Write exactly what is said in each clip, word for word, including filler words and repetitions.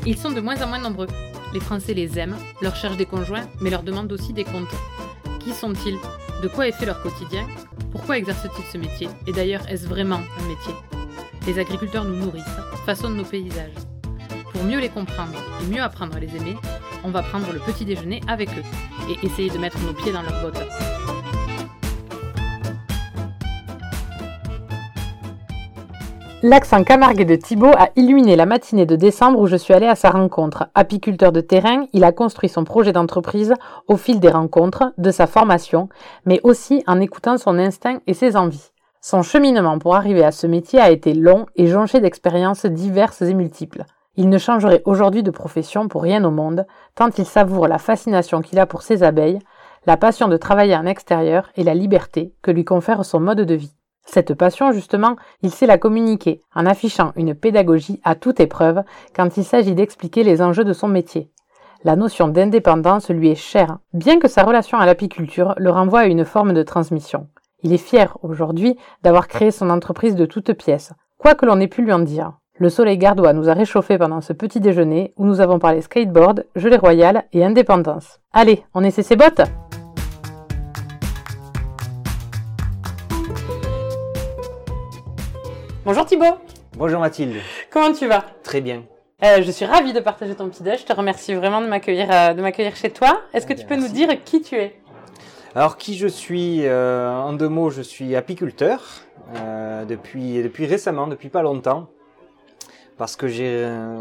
Ils sont de moins en moins nombreux. Les Français les aiment, leur cherchent des conjoints, mais leur demandent aussi des comptes. Qui sont-ils? De quoi est fait leur quotidien? Pourquoi exercent-ils ce métier? Et d'ailleurs, est-ce vraiment un métier? Les agriculteurs nous nourrissent, façonnent nos paysages. Pour mieux les comprendre et mieux apprendre à les aimer, on va prendre le petit déjeuner avec eux et essayer de mettre nos pieds dans leurs bottes. L'accent camarguais de Thibaut a illuminé la matinée de décembre où je suis allée à sa rencontre. Apiculteur de terrain, il a construit son projet d'entreprise au fil des rencontres, de sa formation, mais aussi en écoutant son instinct et ses envies. Son cheminement pour arriver à ce métier a été long et jonché d'expériences diverses et multiples. Il ne changerait aujourd'hui de profession pour rien au monde, tant il savoure la fascination qu'il a pour ses abeilles, la passion de travailler en extérieur et la liberté que lui confère son mode de vie. Cette passion, justement, il sait la communiquer en affichant une pédagogie à toute épreuve quand il s'agit d'expliquer les enjeux de son métier. La notion d'indépendance lui est chère, bien que sa relation à l'apiculture le renvoie à une forme de transmission. Il est fier, aujourd'hui, d'avoir créé son entreprise de toutes pièces, quoi que l'on ait pu lui en dire. Le soleil gardois nous a réchauffés pendant ce petit déjeuner où nous avons parlé skateboard, gelée royale et indépendance. Allez, on essaie ses bottes ? Bonjour Thibaut. Bonjour Mathilde. Comment tu vas? Très bien. Euh, je suis ravie de partager ton petit déj. Je te remercie vraiment de m'accueillir, euh, de m'accueillir chez toi. Est-ce que bien, tu peux merci. nous dire qui tu es? Alors qui je suis euh, En deux mots, je suis apiculteur euh, depuis depuis récemment, depuis pas longtemps, parce que j'ai euh,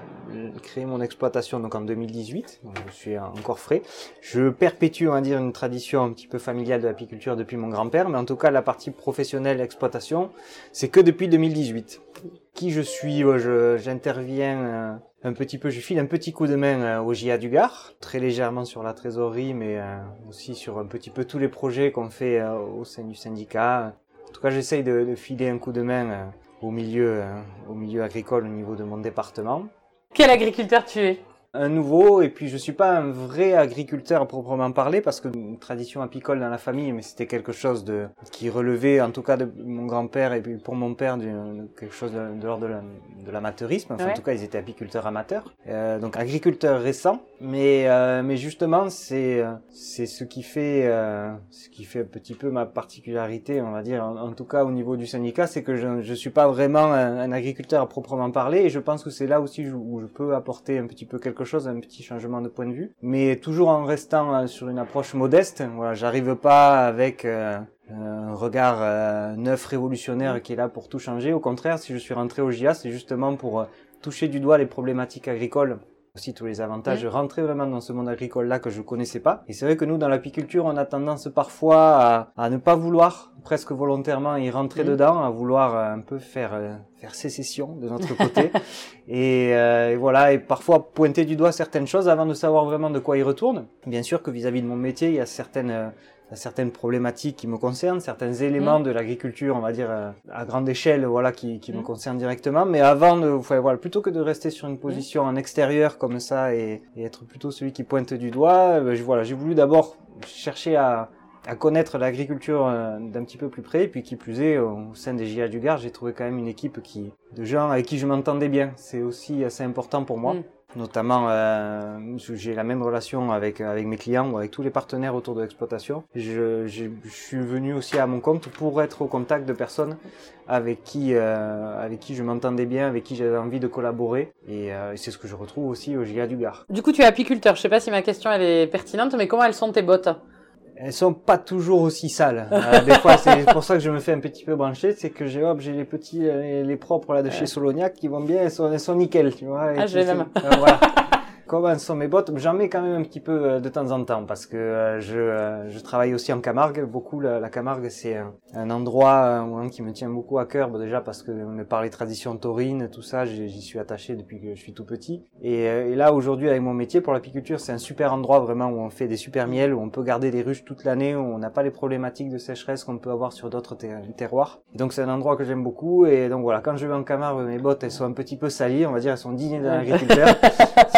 créé mon exploitation donc en deux mille dix-huit. Donc je suis encore frais. Je perpétue, on va dire, une tradition un petit peu familiale de l'apiculture depuis mon grand-père, mais en tout cas la partie professionnelle exploitation, c'est que depuis deux mille dix-huit. Qui je suis? je, J'interviens euh, un petit peu, je file un petit coup de main euh, au J A du Gard, très légèrement sur la trésorerie, mais euh, aussi sur un petit peu tous les projets qu'on fait euh, au sein du syndicat. En tout cas, j'essaye de, de filer un coup de main euh, au milieu, euh, au milieu agricole au niveau de mon département. Quel agriculteur tu es? Un nouveau, et puis je suis pas un vrai agriculteur à proprement parler, parce que une tradition apicole dans la famille, mais c'était quelque chose de qui relevait, en tout cas de mon grand-père et puis pour mon père, de, de quelque chose de, de l'ordre de, la, de l'amateurisme. Enfin, ouais. En tout cas, ils étaient apiculteurs amateurs, euh, donc agriculteurs récents. Mais euh, mais justement, c'est c'est ce qui fait euh, ce qui fait un petit peu ma particularité, on va dire, en, en tout cas au niveau du syndicat, c'est que je je suis pas vraiment un, un agriculteur à proprement parler, et je pense que c'est là aussi où je peux apporter un petit peu quelque chose, un petit changement de point de vue, mais toujours en restant sur une approche modeste. Voilà, j'arrive pas avec euh, un regard euh, neuf, révolutionnaire qui est là pour tout changer. Au contraire, si je suis rentré au J A, c'est justement pour euh, toucher du doigt les problématiques agricoles, aussi tous les avantages, Mmh. rentrer vraiment dans ce monde agricole-là que je connaissais pas. Et c'est vrai que nous, dans l'apiculture, on a tendance parfois à, à ne pas vouloir, presque volontairement, y rentrer Mmh. dedans, à vouloir euh, un peu faire euh, faire sécession de notre côté. et, euh, et voilà, et parfois pointer du doigt certaines choses avant de savoir vraiment de quoi ils retournent. Bien sûr que vis-à-vis de mon métier, il y a certaines euh, il y a certaines problématiques qui me concernent, certains éléments Mmh. de l'agriculture, on va dire euh, à grande échelle, voilà, qui, qui Mmh. me concernent directement. Mais avant de, enfin, voilà, plutôt que de rester sur une position en extérieur comme ça et, et être plutôt celui qui pointe du doigt, euh, je, voilà, j'ai voulu d'abord chercher à à connaître l'agriculture euh, d'un petit peu plus près, et puis qui plus est, au sein des J A du Gard, j'ai trouvé quand même une équipe qui, de gens avec qui je m'entendais bien. C'est aussi assez important pour moi. Mm. Notamment, euh, j'ai la même relation avec avec mes clients ou avec tous les partenaires autour de l'exploitation. Je, je, je suis venu aussi à mon compte pour être au contact de personnes avec qui euh, avec qui je m'entendais bien, avec qui j'avais envie de collaborer, et, euh, et c'est ce que je retrouve aussi au J A du Gard. Du coup, tu es apiculteur. Je sais pas si ma question elle est pertinente, mais comment elles sont tes bottes? Elles sont pas toujours aussi sales. Euh, des fois, c'est pour ça que je me fais un petit peu brancher, c'est que j'ai, hop, j'ai les petits, les, les propres là de chez Soloniac qui vont bien, elles sont, elles sont nickel, tu vois. Ah, je les aime. Euh, voilà. Comment sont mes bottes? J'en mets quand même un petit peu de temps en temps, parce que euh, je, euh, je travaille aussi en Camargue. Beaucoup, la, la Camargue, c'est un, un endroit euh, qui me tient beaucoup à cœur, bon, déjà parce que on par les traditions taurines, tout ça, j'y suis attaché depuis que je suis tout petit. Et, euh, et là, aujourd'hui, avec mon métier pour l'apiculture, c'est un super endroit vraiment où on fait des super miels, où on peut garder des ruches toute l'année, où on n'a pas les problématiques de sécheresse qu'on peut avoir sur d'autres ter terroirs. Et donc c'est un endroit que j'aime beaucoup. Et donc voilà, quand je vais en Camargue, mes bottes, elles sont un petit peu salies, on va dire, elles sont dignes d'un agriculteur. Sinon, le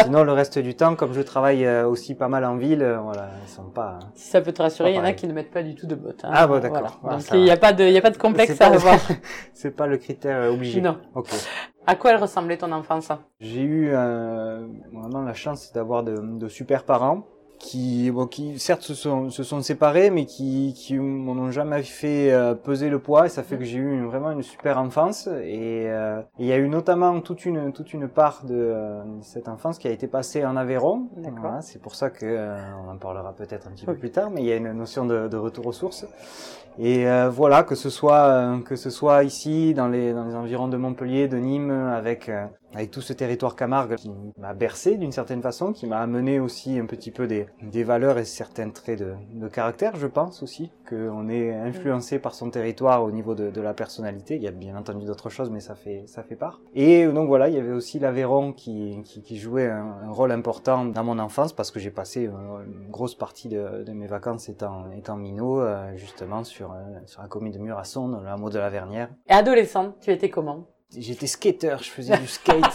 reste du temps, comme je travaille euh, aussi pas mal en ville, euh, voilà, ils sont pas. Si ça peut te rassurer, il y en a pareil. qui ne mettent pas du tout de bottes. Hein. Ah bon, d'accord. Voilà. Voilà, Donc ça il n'y va. a pas de, il y a pas de complexe C'est à pas- avoir. C'est pas le critère euh, obligé. Non. Ok. À quoi elle ressemblait ton enfance? J'ai eu euh, vraiment la chance d'avoir de, de super parents qui, bon, qui certes se sont, se sont séparés, mais qui, qui m'ont jamais fait euh, peser le poids, et ça fait que j'ai eu une- vraiment une super enfance. Et euh, il y a eu notamment toute une toute une part de euh, cette enfance qui a été passée en Aveyron. D'accord. Voilà, c'est pour ça que euh, on en parlera peut-être un petit peu Oui. plus tard, mais il y a une notion de, de retour aux sources. Et euh, voilà, que ce soit euh, que ce soit ici dans les dans les environs de Montpellier, de Nîmes, avec euh, avec tout ce territoire Camargue qui m'a bercé d'une certaine façon, qui m'a amené aussi un petit peu des des valeurs et certains traits de de caractère, je pense aussi qu'on est influencé par son territoire au niveau de de la personnalité. Il y a bien entendu d'autres choses, mais ça fait ça fait part. Et donc voilà, il y avait aussi l'Aveyron qui qui, qui jouait un, un rôle important dans mon enfance, parce que j'ai passé euh, une grosse partie de, de mes vacances étant étant minot, euh, justement sur Sur, euh, sur la commune de Murasson, dans le hameau de la Vernière. Et adolescente, tu étais comment? J'étais skater, je faisais du skate.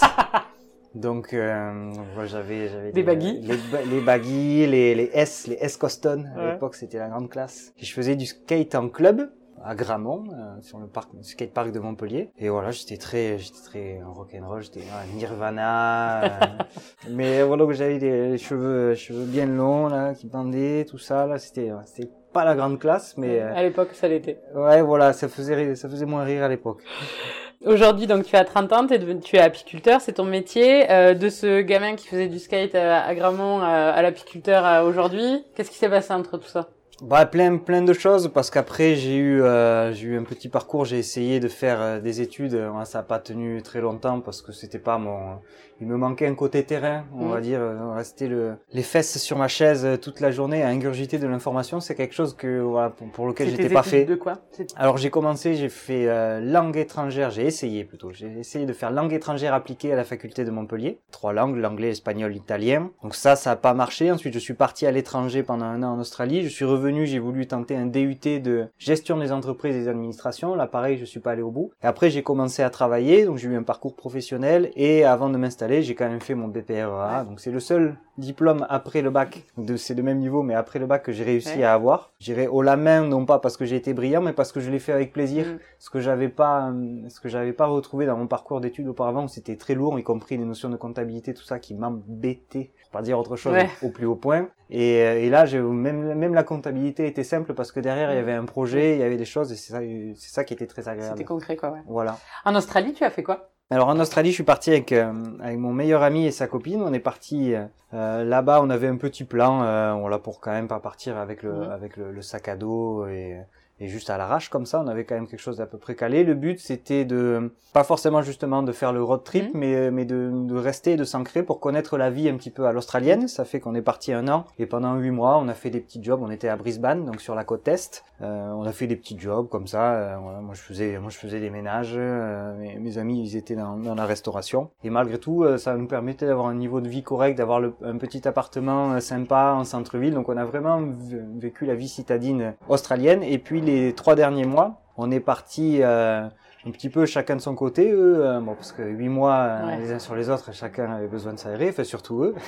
Donc, euh, voilà, j'avais, j'avais Des baggy. les, les baggy, les, les S, les S Coston. À Ouais. l'époque, c'était la grande classe. Et je faisais du skate en club à Gramont, euh, sur le parc, le skate park de Montpellier. Et voilà, j'étais très, j'étais très rock'n'roll, j'étais euh, Nirvana. euh, mais voilà, que j'avais des les cheveux, cheveux bien longs là, qui pendaient, tout ça là, c'était, ouais, c'était pas la grande classe, mais euh, À l'époque, ça l'était. ouais, voilà, ça faisait rire- ça faisait moins rire à l'époque. Aujourd'hui, donc, tu as trente ans, t'es devenu, tu es apiculteur, c'est ton métier. Euh, de ce gamin qui faisait du skate à, à Gramont euh, à l'apiculteur à aujourd'hui, qu'est-ce qui s'est passé entre tout ça? Bah, plein, plein de choses, parce qu'après, j'ai eu, euh, j'ai eu un petit parcours, j'ai essayé de faire euh, des études. Ouais, ça a pas tenu très longtemps parce que c'était pas mon, il me manquait un côté terrain, on Mhm. va dire, euh, rester le, les fesses sur ma chaise euh, toute la journée à ingurgiter de l'information, c'est quelque chose que, voilà, pour, pour lequel C'était j'étais pas études fait. de quoi? C'est- Alors j'ai commencé, j'ai fait euh, langue étrangère, j'ai essayé plutôt, j'ai essayé de faire langue étrangère appliquée à la faculté de Montpellier. Trois langues, l'anglais, l'espagnol, l'italien. Donc ça, ça a pas marché. Ensuite, je suis parti à l'étranger pendant un an en Australie. Je suis revenu, j'ai voulu tenter un D U T de gestion des entreprises et des administrations. Là, pareil, je suis pas allé au bout. Et après, j'ai commencé à travailler, donc j'ai eu un parcours professionnel. Et avant de m'installer, j'ai quand même fait mon B P R E A. Donc c'est le seul diplôme après le bac, de, c'est de même niveau, mais après le bac que j'ai réussi Ouais. à avoir. J'irai haut la main, non pas parce que j'ai été brillant, mais parce que je l'ai fait avec plaisir. Mm. Ce que j'avais pas, euh, ce que j'avais pas retrouvé dans mon parcours d'études auparavant, où c'était très lourd, y compris les notions de comptabilité, tout ça qui m'embêtait, pour pas dire autre chose, Ouais. au, au plus haut point. Et, euh, et là, j'ai, même, même la comptabilité était simple parce que derrière, il y avait un projet, il y avait des choses, et c'est ça, c'est ça qui était très agréable. C'était concret, quoi, ouais. Voilà. En Australie, tu as fait quoi? Alors en Australie, je suis parti avec euh, avec mon meilleur ami et sa copine. On est parti euh, là-bas. On avait un petit plan, euh, voilà, pour quand même pas partir avec le Mhm. avec le, le sac à dos et et juste à l'arrache comme ça. On avait quand même quelque chose d'à peu près calé. Le but, c'était de pas forcément justement de faire le road trip, Mhm. mais mais de de rester, de s'ancrer pour connaître la vie un petit peu à l'australienne. Ça fait qu'on est parti un an et pendant huit mois, on a fait des petits jobs. On était à Brisbane, donc sur la côte est. Euh, on a fait des petits jobs comme ça. Euh, voilà, moi je faisais, moi je faisais des ménages. Euh, mes, mes amis ils étaient dans, dans la restauration. Et malgré tout, euh, ça nous permettait d'avoir un niveau de vie correct, d'avoir le, un petit appartement euh, sympa en centre-ville. Donc on a vraiment v- vécu la vie citadine australienne. Et puis les trois derniers mois, on est parti euh, un petit peu chacun de son côté. Eux, euh, bon parce que huit mois euh, Ouais. les uns sur les autres, chacun avait besoin de s'aérer, enfin surtout eux.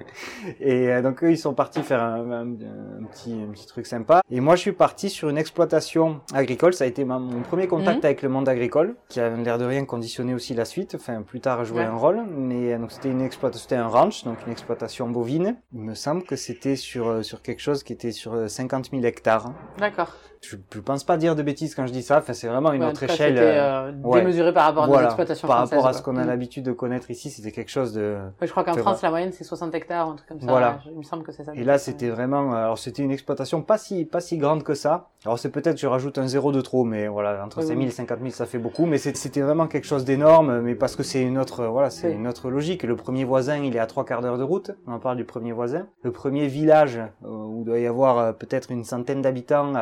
Et euh, donc eux, ils sont partis faire un, un, un petit un petit truc sympa. Et moi, je suis parti sur une exploitation agricole. Ça a été ma- mon premier contact Mhm. avec le monde agricole, qui a l'air de rien conditionné aussi la suite. Enfin, plus tard, joué Ouais. un rôle. Mais euh, donc c'était une exploitation, c'était un ranch, donc une exploitation bovine. Il me semble que c'était sur euh, sur quelque chose qui était sur euh, cinquante mille hectares. D'accord. Je, je pense pas dire de bêtises quand je dis ça. Enfin, c'est vraiment une Ouais, en autre tout cas, échelle. c'était, euh, euh, ouais. démesuré par rapport à voilà, nos exploitations par françaises. rapport à ce quoi. qu'on a Mm. l'habitude de connaître ici, c'était quelque chose de Ouais, je crois qu'en C'est France, vrai. la moyenne, c'est soixante hectares, un truc comme ça. Voilà. Il me semble que c'est ça. Et là, c'était vraiment, alors c'était une exploitation pas si, pas si grande que ça. Alors c'est peut-être que je rajoute un zéro de trop, mais voilà, entre Oui, cinq mille oui. et cinquante mille, ça fait beaucoup. Mais c'est- c'était vraiment quelque chose d'énorme, mais parce que c'est une autre, voilà, c'est Oui. une autre logique. Le premier voisin, il est à trois quarts d'heure de route. On en parle du premier voisin. Le premier village, euh, où il doit y avoir euh, peut-être une centaine d'habitants avec, euh,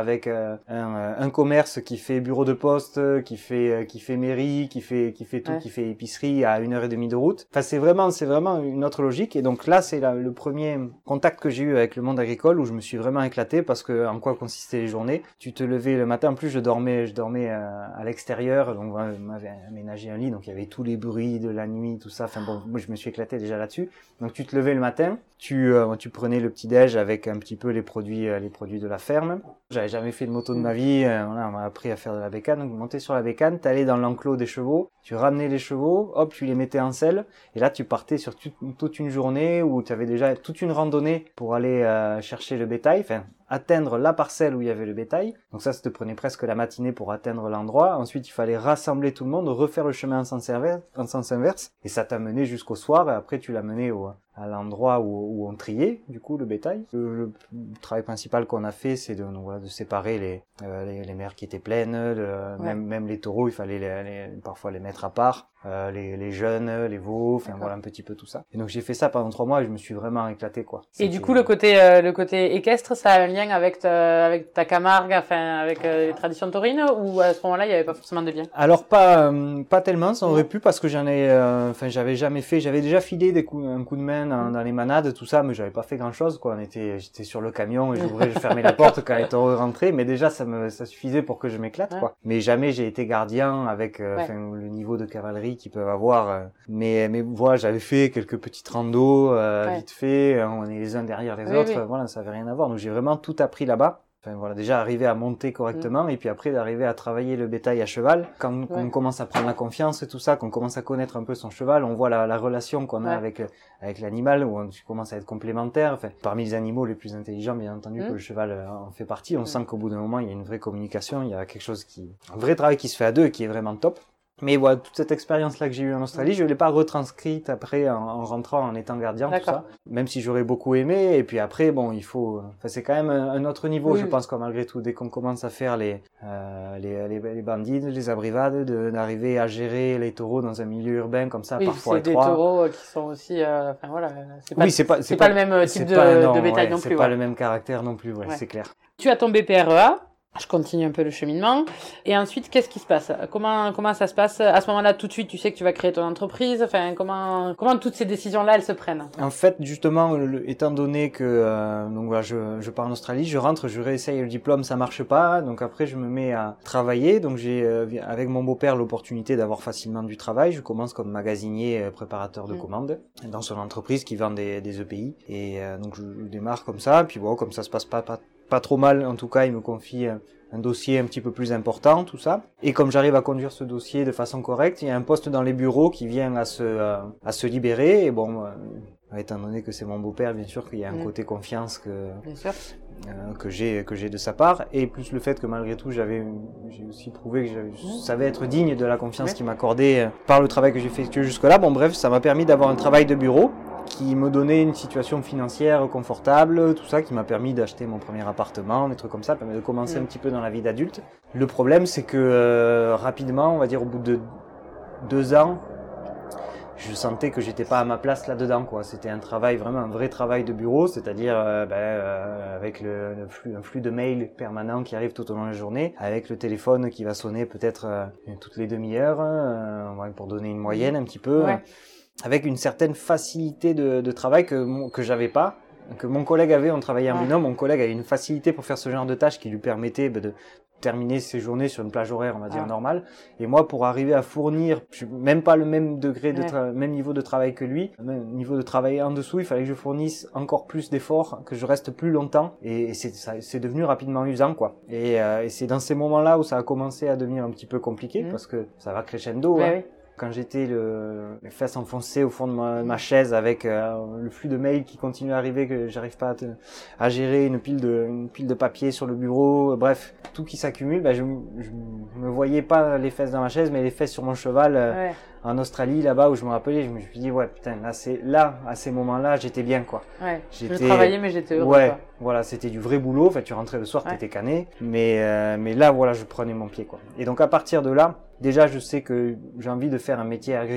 euh, un, un commerce qui fait bureau de poste, qui fait qui fait mairie, qui fait qui fait tout, ouais. qui fait épicerie à une heure et demie de route. Enfin, c'est vraiment c'est vraiment une autre logique. Et donc là, c'est la, le premier contact que j'ai eu avec le monde agricole où je me suis vraiment éclaté parce que en quoi consistaient les journées. Tu te levais le matin. En plus, je dormais je dormais euh, à l'extérieur, donc on m'avait aménagé un lit, donc il y avait tous les bruits de la nuit, tout ça. Enfin bon, moi je me suis éclaté déjà là-dessus. Donc tu te levais le matin, tu euh, tu prenais le petit déj avec un petit peu les produits euh, les produits de la ferme. J'avais jamais fait de moto de ma vie, euh, voilà, on m'a appris à faire de la bécane. Donc montais sur la bécane, t'allais dans l'enclos des chevaux, tu ramenais les chevaux, hop, tu les mettais en selle, et là tu partais sur toute, toute une journée où tu avais déjà toute une randonnée pour aller euh, chercher le bétail, enfin atteindre la parcelle où il y avait le bétail. Donc ça, ça te prenait presque la matinée pour atteindre l'endroit. Ensuite, il fallait rassembler tout le monde, refaire le chemin en sens inverse, en sens inverse et ça t'a mené jusqu'au soir. Et après, tu l'as mené au, à l'endroit où, où on triait, du coup, le bétail. Le, le travail principal qu'on a fait, c'est de, donc, voilà, de séparer les, euh, les, les mers qui étaient pleines, de, ouais. même, même les taureaux, il fallait les, les, parfois les mettre à part. Euh, les, les jeunes, les veaux, enfin voilà un petit peu tout ça. Et donc j'ai fait ça pendant trois mois et je me suis vraiment éclaté quoi. Et du coup le côté euh, le côté équestre, ça a un lien avec ta, avec ta Camargue, enfin avec euh, les traditions taurines, ou à ce moment-là il y avait pas forcément de lien? Alors pas euh, pas tellement, ça aurait pu parce que j'en ai, enfin euh, j'avais jamais fait, j'avais déjà filé des coups, un coup de main dans, dans les manades tout ça, mais j'avais pas fait grand chose quoi. On était, j'étais sur le camion et j'ouvrais, je fermais la porte quand les taureaux rentraient, mais déjà ça me ça suffisait pour que je m'éclate ouais. quoi. Mais jamais j'ai été gardien avec euh, ouais. le niveau de cavalerie qu'ils peuvent avoir. Mais, mais voilà, j'avais fait quelques petites randos, euh, ouais. vite fait, on est les uns derrière les oui, autres, oui. voilà, ça avait rien à voir. Donc j'ai vraiment tout appris là-bas. Enfin voilà, déjà arriver à monter correctement mmh. et puis après d'arriver à travailler le bétail à cheval. Quand ouais. on commence à prendre la confiance et tout ça, qu'on commence à connaître un peu son cheval, on voit la, la relation qu'on a ouais. avec avec l'animal, où on commence à être complémentaire. Enfin, parmi les animaux les plus intelligents, bien entendu, mmh. que le cheval en fait partie. On mmh. sent qu'au bout d'un moment, il y a une vraie communication, il y a quelque chose qui, un vrai travail qui se fait à deux et qui est vraiment top. Mais voilà, toute cette expérience-là que j'ai eue en Australie, je l'ai pas retranscrite après en, en rentrant, en étant gardien, tout ça. Même si j'aurais beaucoup aimé. Et puis après, bon, il faut, enfin, c'est quand même un, un autre niveau, oui. je pense, quoi, malgré tout. Dès qu'on commence à faire les, euh, les, les, les bandits, les abrivades, de, d'arriver à gérer les taureaux dans un milieu urbain comme ça, oui, parfois étroit. Oui, c'est des taureaux qui sont aussi, euh, enfin voilà, c'est pas, oui, c'est pas, c'est, c'est pas, pas le même type de, pas, non, de bétail ouais, non c'est plus. C'est pas ouais. le même caractère non plus, ouais, ouais. c'est clair. Tu as ton B P R E A. Je continue un peu le cheminement. Et ensuite, qu'est-ce qui se passe? Comment comment ça se passe? À ce moment-là, tout de suite, tu sais que tu vas créer ton entreprise. Enfin, comment comment toutes ces décisions-là, elles se prennent? En fait, justement, le, étant donné que euh, donc voilà, je je pars en Australie, je rentre, je réessaye le diplôme, ça marche pas. Donc après, je me mets à travailler. Donc j'ai euh, avec mon beau-père l'opportunité d'avoir facilement du travail. Je commence comme magasinier, euh, préparateur de mmh. commandes dans son entreprise qui vend des des E P I. Et euh, donc je, je démarre comme ça. Puis bon, comme ça se passe pas pas pas trop mal, en tout cas, il me confie un, un dossier un petit peu plus important, tout ça. Et comme j'arrive à conduire ce dossier de façon correcte, il y a un poste dans les bureaux qui vient à se, euh, à se libérer. Et bon, euh, étant donné que c'est mon beau-père, bien sûr qu'il y a un mmh. côté confiance que, bien sûr. Euh, que j'ai, que j'ai de sa part. Et plus le fait que malgré tout, j'avais, j'ai aussi prouvé que j'avais, je savais être digne de la confiance mmh. qu'il m'accordait euh, par le travail que j'ai effectué jusque-là. Bon, bref, ça m'a permis d'avoir un travail de bureau qui me donnait une situation financière confortable, tout ça, qui m'a permis d'acheter mon premier appartement, des trucs comme ça, permet de commencer mmh. un petit peu dans la vie d'adulte. Le problème, c'est que euh, rapidement, on va dire au bout de deux ans, je sentais que j'étais pas à ma place là-dedans, quoi. C'était un travail, vraiment un vrai travail de bureau, c'est-à-dire euh, ben, euh, avec le, le flux, un flux de mails permanent qui arrive tout au long de la journée, avec le téléphone qui va sonner peut-être euh, toutes les demi-heures, euh, pour donner une moyenne un petit peu. Ouais. Avec une certaine facilité de, de travail que que j'avais pas, que mon collègue avait. On travaillait en binôme. Mon collègue avait une facilité pour faire ce genre de tâches qui lui permettait de terminer ses journées sur une plage horaire, on va dire, ouais. normale. Et moi, pour arriver à fournir, je, même pas le même degré de tra- ouais. même niveau de travail que lui, même niveau de travail en dessous, il fallait que je fournisse encore plus d'efforts, que je reste plus longtemps. Et c'est, ça, c'est devenu rapidement usant, quoi. Et, euh, et c'est dans ces moments-là où ça a commencé à devenir un petit peu compliqué, mmh. parce que ça va crescendo, ouais, hein. Oui. Quand j'étais le, les fesses enfoncées au fond de ma, ma chaise avec euh, le flux de mails qui continue à arriver, que j'arrive pas à, te, à gérer, une pile de une pile de papier sur le bureau, euh, bref, tout qui s'accumule, ben je, je me voyais pas les fesses dans ma chaise, mais les fesses sur mon cheval euh, ouais. en Australie, là-bas où je me rappelais, je me suis dit ouais putain, là c'est là à ces moments-là, j'étais bien, quoi. Ouais. J'étais, je travaillais mais j'étais heureux. Ouais. Quoi. Voilà, c'était du vrai boulot. Enfin, tu rentrais le soir, ouais. t'étais cané, mais euh, mais là voilà, je prenais mon pied, quoi. Et donc à partir de là, déjà je sais que j'ai envie de faire un métier agricole.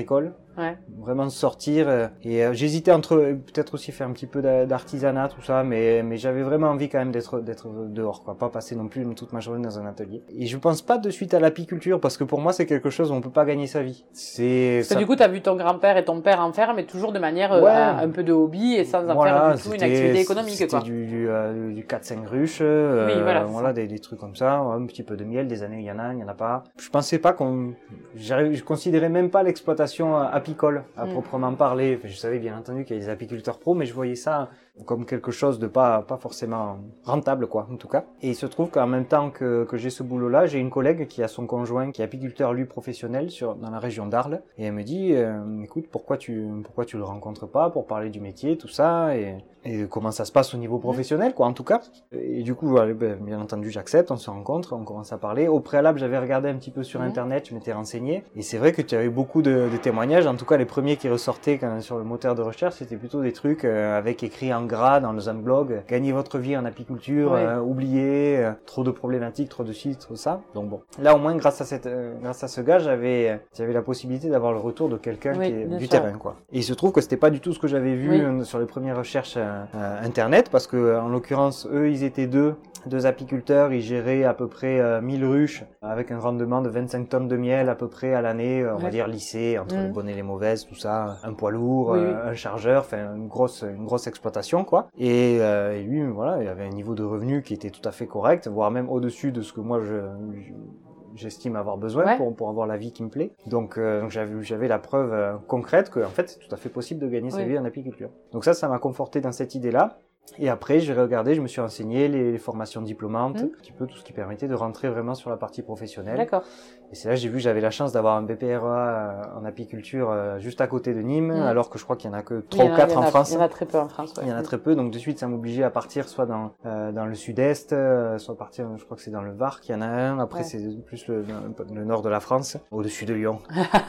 Ouais. Vraiment sortir. euh, Et euh, j'hésitais entre euh, peut-être aussi faire un petit peu d'a- d'artisanat, tout ça, mais mais j'avais vraiment envie quand même d'être d'être dehors, quoi, pas passer non plus toute ma journée dans un atelier. Et je pense pas de suite à l'apiculture parce que pour moi c'est quelque chose où on peut pas gagner sa vie. C'est Parce que ça- du coup, tu as vu ton grand-père et ton père en faire, mais toujours de manière euh, Ouais. un, un peu de hobby et sans en Voilà, faire du tout une c'était- activité économique. C'était Quoi. du, du, euh, du quatre cinq ruches, euh, Oui, voilà, c'est voilà ça. des, des trucs comme ça, un petit peu de miel, des années il y en a, il y en a pas. Je pensais pas qu'on... j'arrive- Je considérais même pas l'exploitation euh, apicole, à Mm. proprement parler. Enfin, je savais bien entendu qu'il y a des apiculteurs pros, mais je voyais ça comme quelque chose de pas, pas forcément rentable, quoi, en tout cas. Et il se trouve qu'en même temps que, que j'ai ce boulot-là, j'ai une collègue qui a son conjoint, qui est apiculteur, lui, professionnel, sur, dans la région d'Arles. Et elle me dit, euh, écoute, pourquoi tu, pourquoi tu le rencontres pas pour parler du métier, tout ça, et, et comment ça se passe au niveau professionnel, quoi, en tout cas. Et du coup, voilà, ben, bien entendu, j'accepte, on se rencontre, on commence à parler. Au préalable, j'avais regardé un petit peu sur Mhm. Internet, je m'étais renseigné. Et c'est vrai que tu avais beaucoup de, de témoignages, en tout cas, les premiers qui ressortaient quand, sur le moteur de recherche, c'était plutôt des trucs euh, avec écrit en gras dans un blog, gagnez votre vie en apiculture, Oui. euh, oubliez, euh, trop de problématiques, trop de ci, trop ça. Donc bon, là au moins grâce à cette, euh, grâce à ce gars, j'avais, j'avais la possibilité d'avoir le retour de quelqu'un Oui, qui est bien du sûr. terrain, quoi. Et il se trouve que c'était pas du tout ce que j'avais vu Oui. euh, sur les premières recherches euh, euh, internet, parce que en l'occurrence, eux, ils étaient deux. Deux apiculteurs, ils géraient à peu près euh, mille ruches avec un rendement de vingt-cinq tonnes de miel à peu près à l'année, euh, on va Ouais. dire lissé entre Mm. les bonnes et les mauvaises, tout ça, un poids lourd, Oui, euh, un chargeur, enfin une grosse une grosse exploitation, quoi. Et, euh, et lui, voilà, il avait un niveau de revenu qui était tout à fait correct, voire même au-dessus de ce que moi je, je- j'estime avoir besoin Ouais. pour pour avoir la vie qui me plaît. Donc euh, j'avais j'avais la preuve euh, concrète que en fait c'est tout à fait possible de gagner sa Oui. vie en apiculture. Donc ça ça m'a conforté dans cette idée-là. Et après, j'ai regardé, je me suis renseigné les, les formations diplômantes, Mm. un petit peu tout ce qui permettait de rentrer vraiment sur la partie professionnelle. D'accord. Et c'est là que j'ai vu que j'avais la chance d'avoir un B P R A euh, en apiculture euh, juste à côté de Nîmes, Mm. alors que je crois qu'il y en a que Oui, trois il y ou en a- quatre il y en en a- France. Il y en a très peu en France. Ouais. Il y en a très peu, donc de suite ça m'obligeait à partir soit dans euh, dans le sud-est, euh, soit partir, je crois que c'est dans le Var qu'il y en a un. Après Ouais. c'est plus le, le, le nord de la France, au-dessus de Lyon.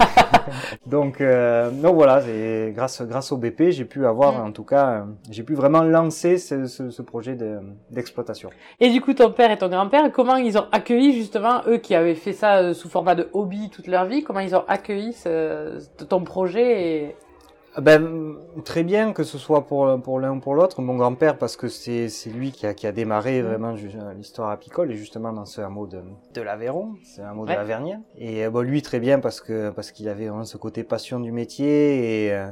donc euh, donc voilà, c'est grâce grâce au B P j'ai pu avoir Mm. en tout cas, euh, j'ai pu vraiment lancer ce, ce, ce projet de, d'exploitation. Et du coup, ton père et ton grand-père, comment ils ont accueilli justement, eux qui avaient fait ça euh, sous format de hobby toute leur vie, comment ils ont accueilli ce, ton projet et... Ben très bien que ce soit pour pour l'un ou pour l'autre. Mon grand-père parce que c'est c'est lui qui a qui a démarré Mm. vraiment ju- l'histoire apicole et justement dans ce hameau de de l'Aveyron, c'est un hameau Ouais. de l'Avergnat. Et euh, bon lui très bien parce que parce qu'il avait vraiment ce côté passion du métier et euh,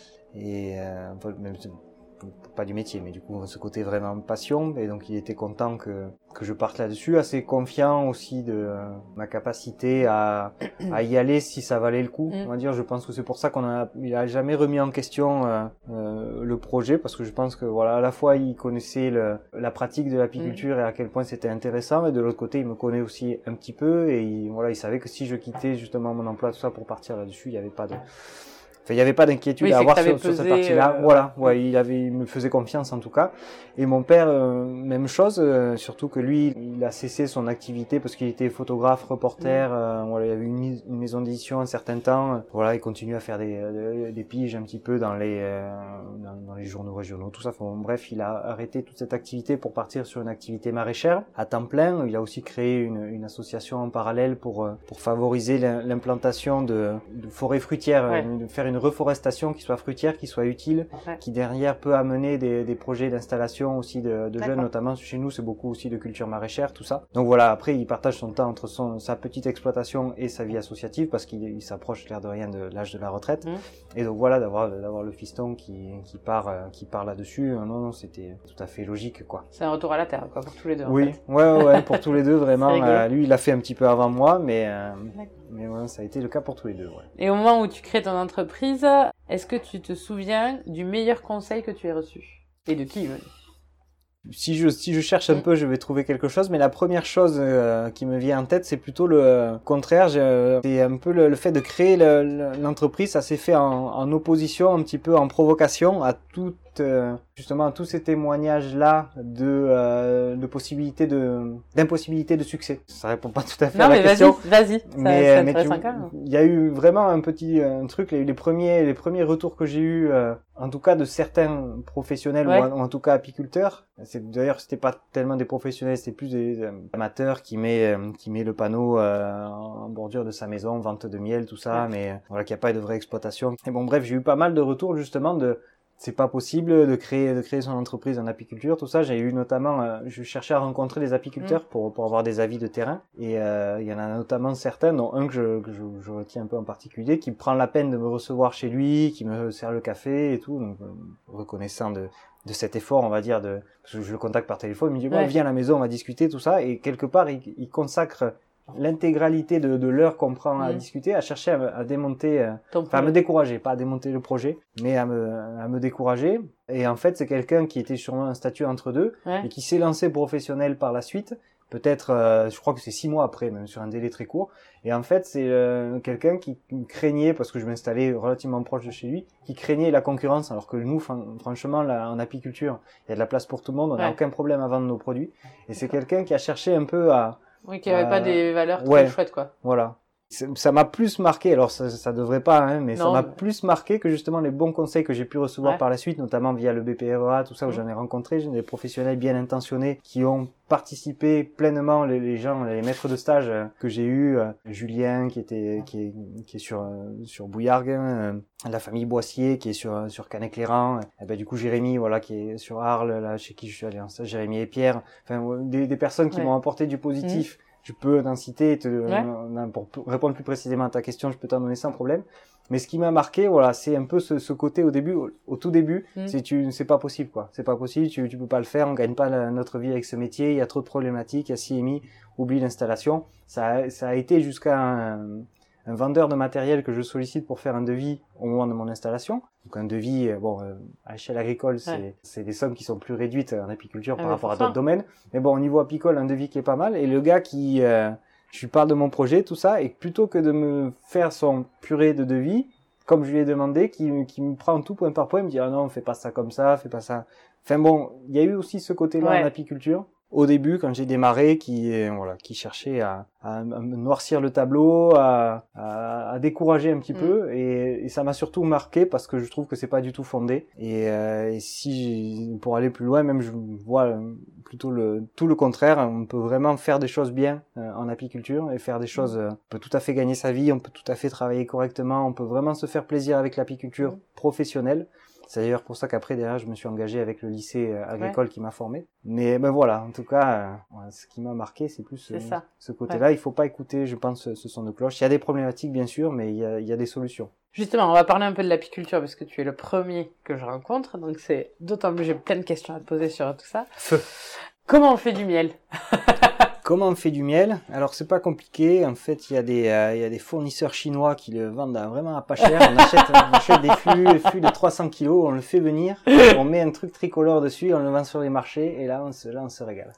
et euh, enfin, même pas du métier mais du coup ce côté vraiment passion et donc il était content que que je parte là-dessus, assez confiant aussi de euh, ma capacité à à y aller si ça valait le coup. Mm. On va dire, je pense que c'est pour ça qu'on a il a jamais remis en question euh, euh, le projet parce que je pense que voilà à la fois il connaissait le, la pratique de l'apiculture et à quel point c'était intéressant et de l'autre côté il me connaît aussi un petit peu et il, voilà il savait que si je quittais justement mon emploi tout ça pour partir là-dessus il y avait pas de Enfin, il y avait pas d'inquiétude Oui, à c'est avoir que t'avais sur, sur cette pesé, partie-là. euh, Voilà, ouais, il avait, il me faisait confiance en tout cas. Et mon père, euh, même chose, euh, surtout que lui, il a cessé son activité parce qu'il était photographe, reporter. Mmh. Euh, voilà, il y avait une, mise- une maison d'édition un certain temps. Euh, Voilà, il continue à faire des, euh, des piges un petit peu dans les, euh, dans, dans les journaux régionaux, tout ça. Enfin, bon, bref, il a arrêté toute cette activité pour partir sur une activité maraîchère à temps plein. Il a aussi créé une, une association en parallèle pour euh, pour favoriser l'im- l'implantation de, de forêts fruitières, Ouais. euh, de faire une reforestation qui soit fruitière, qui soit utile, Ouais. qui derrière peut amener des, des projets d'installation aussi de, de jeunes, D'accord. notamment chez nous, c'est beaucoup aussi de culture maraîchère, tout ça. Donc voilà, après il partage son temps entre son, sa petite exploitation et sa vie associative parce qu'il il s'approche l'air de rien de l'âge de la retraite. Mhm. Et donc voilà, d'avoir d'avoir le fiston qui qui part euh, qui part là-dessus, euh, non non, c'était tout à fait logique quoi. C'est un retour à la terre, quoi, pour tous les deux. en Oui, fait. ouais, ouais, ouais, pour tous les deux vraiment. C'est rigolo. Euh, lui, il l'a fait un petit peu avant moi, mais euh, D'accord. mais ouais, ça a été le cas pour tous les deux. Ouais. Et au moment où tu crées ton entreprise, est-ce que tu te souviens du meilleur conseil que tu aies reçu? Et de qui? Si je si je cherche un Mm. peu, je vais trouver quelque chose. Mais la première chose euh, qui me vient en tête, c'est plutôt le euh, contraire. j'ai- C'est un peu le, le fait de créer le- le- l'entreprise. Ça s'est fait en, en opposition, un petit peu en provocation à toute euh, justement à tous ces témoignages là de euh, de possibilités de d'impossibilité de succès. Ça répond pas tout à fait Non, à la mais question. vas-y, vas-y. Ça- Mais, c'est mais tu- intéressant quand même. il y a eu vraiment un petit un truc les, les premiers les premiers retours que j'ai eu euh, en tout cas de certains professionnels ouais. ou, en, ou en tout cas apiculteurs. C'est, d'ailleurs, c'était pas tellement des professionnels, c'était plus des euh, amateurs qui met euh, qui met le panneau euh, en bordure de sa maison, vente de miel, tout ça, ouais. mais euh, voilà, qu'il n'y a pas de vraie exploitation. Et bon, bref, j'ai eu pas mal de retours justement de c'est pas possible de créer de créer son entreprise en apiculture, tout ça. J'ai eu notamment, euh, je cherchais à rencontrer des apiculteurs mmh. pour pour avoir des avis de terrain. Et euh, il y en a notamment certains, dont un que je que je, je retiens un peu en particulier, qui prend la peine de me recevoir chez lui, qui me sert le café et tout. Donc euh, reconnaissant de de cet effort, on va dire, de parce que je le contacte par téléphone, il me dit bon, ouais. viens à la maison, on va discuter tout ça. Et quelque part, il, il consacre l'intégralité de, de l'heure qu'on prend mmh. à discuter, à chercher à, me, à démonter, euh, enfin à me décourager, pas à démonter le projet, mais à me, à me décourager. Et en fait, c'est quelqu'un qui était sûrement un statut entre deux ouais. et qui s'est lancé professionnel par la suite. Peut-être, euh, je crois que c'est six mois après, même sur un délai très court. Et en fait, c'est euh, quelqu'un qui craignait, parce que je m'installais relativement proche de chez lui, qui craignait la concurrence, alors que nous, franchement, là, en apiculture, il y a de la place pour tout le monde, on n'a ouais. aucun problème à vendre nos produits. Et c'est quelqu'un qui a cherché un peu à Oui, qui avait euh, pas des valeurs ouais, très chouettes, quoi. Voilà. Ça m'a plus marqué, alors ça, ça devrait pas, hein, mais non, ça m'a mais... plus marqué que justement les bons conseils que j'ai pu recevoir ouais. par la suite, notamment via le B P R E A, tout ça, où mmh. j'en ai rencontré, j'ai des professionnels bien intentionnés qui ont participé pleinement, les, les gens, les maîtres de stage euh, que j'ai eu, euh, Julien qui était, qui est, qui est sur euh, sur Bouillargues, euh, la famille Boissier qui est sur sur Canet-Cléran, et ben du coup Jérémy, voilà, qui est sur Arles, là chez qui je suis allé en stage, Jérémy et Pierre, enfin des, des personnes qui ouais. m'ont apporté du positif. Mmh. Je peux t'en citer, te, ouais. euh, pour répondre plus précisément à ta question, je peux t'en donner sans problème. Mais ce qui m'a marqué, voilà, c'est un peu ce, ce côté au début, au, au tout début, mm. c'est tu, c'est pas possible, quoi. C'est pas possible, tu, tu peux pas le faire, on gagne pas la, notre vie avec ce métier, il y a trop de problématiques, il y a ci et mi, oublie l'installation. Ça a, ça a été jusqu'à un, un vendeur de matériel que je sollicite pour faire un devis au moment de mon installation. Donc un devis, bon, euh, à l'échelle agricole, c'est, ouais. c'est des sommes qui sont plus réduites en apiculture ah par rapport à d'autres domaines. Mais bon, au niveau apicole, un devis qui est pas mal. Et le gars qui, euh, je lui parle de mon projet, tout ça, et plutôt que de me faire son purée de devis, comme je lui ai demandé, qui, qui me prend tout point par point, il me dit ah non, fais pas ça comme ça, fais pas ça. Enfin bon, il y a eu aussi ce côté-là ouais. en apiculture. Au début, quand j'ai démarré, qui voilà, qui cherchait à, à, à noircir le tableau, à, à, à décourager un petit mmh. peu, et, et ça m'a surtout marqué parce que je trouve que c'est pas du tout fondé. Et, euh, et si pour aller plus loin, même je vois plutôt le tout le contraire. On peut vraiment faire des choses bien euh, en apiculture et faire des choses. Euh, on peut tout à fait gagner sa vie, on peut tout à fait travailler correctement, on peut vraiment se faire plaisir avec l'apiculture mmh. professionnelle. C'est d'ailleurs pour ça qu'après, derrière, je me suis engagé avec le lycée agricole ouais. qui m'a formé. Mais ben voilà, en tout cas, euh, ce qui m'a marqué, c'est plus c'est euh, ce côté-là. Ouais. Il faut pas écouter, je pense, ce son de cloche. Il y a des problématiques, bien sûr, mais il y a, il y a des solutions. Justement, on va parler un peu de l'apiculture parce que tu es le premier que je rencontre. Donc c'est d'autant plus, j'ai plein de questions à te poser sur tout ça. Feu. Comment on fait du miel? Comment on fait du miel? Alors c'est pas compliqué. En fait, il y a des euh, il y a des fournisseurs chinois qui le vendent à, vraiment à pas cher. On achète on achète des fûts, des fûts de trois cents kilos, on le fait venir, on met un truc tricolore dessus, on le vend sur les marchés et là on se là on se régale.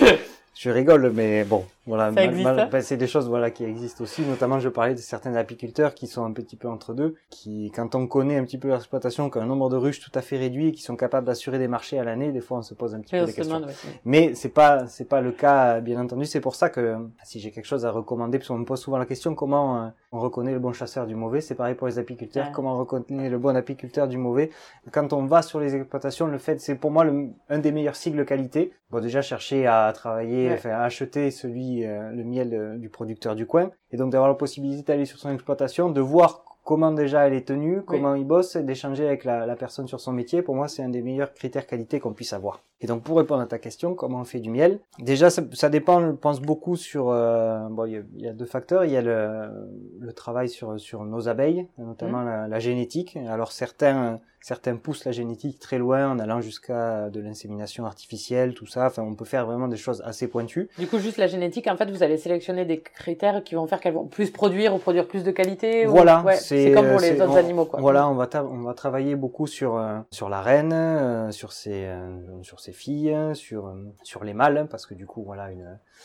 Je rigole, mais bon, voilà, ça existe, mal, ben, c'est des choses voilà qui existent aussi. Notamment, je parlais de certains apiculteurs qui sont un petit peu entre deux, qui, quand on connaît un petit peu leur exploitation, qui ont un nombre de ruches tout à fait réduit, et qui sont capables d'assurer des marchés à l'année, des fois on se pose un petit oui, peu des questions. Demande, ouais. Mais c'est pas c'est pas le cas, bien entendu. C'est pour ça que si j'ai quelque chose à recommander, parce qu'on me pose souvent la question comment euh, on reconnaît le bon chasseur du mauvais. C'est pareil pour les apiculteurs. Ouais. Comment on reconnaît le bon apiculteur du mauvais? Quand on va sur les exploitations, le fait, c'est pour moi le, un des meilleurs cycles qualité. Bon, déjà chercher à travailler, ouais. enfin à acheter celui euh, le miel euh, du producteur du coin, et donc d'avoir la possibilité d'aller sur son exploitation, de voir comment déjà elle est tenue, comment oui. il bosse, et d'échanger avec la, la personne sur son métier. Pour moi, c'est un des meilleurs critères qualité qu'on puisse avoir. Et donc, pour répondre à ta question, comment on fait du miel? Déjà, ça, ça dépend, je pense beaucoup sur, euh, bon, il y a, il y a deux facteurs. Il y a le, le travail sur, sur nos abeilles, notamment mmh. la, la génétique. Alors, certains, certains poussent la génétique très loin en allant jusqu'à de l'insémination artificielle, tout ça. Enfin, on peut faire vraiment des choses assez pointues. Du coup, juste la génétique, en fait, vous allez sélectionner des critères qui vont faire qu'elles vont plus produire ou produire plus de qualité. Voilà. Ou... Ouais, c'est, c'est comme pour les autres on, animaux, quoi. Voilà, on va, ta- on va travailler beaucoup sur, euh, sur la reine, euh, sur ses, euh, sur ses filles, sur, euh, sur les mâles, parce que du coup, voilà, une,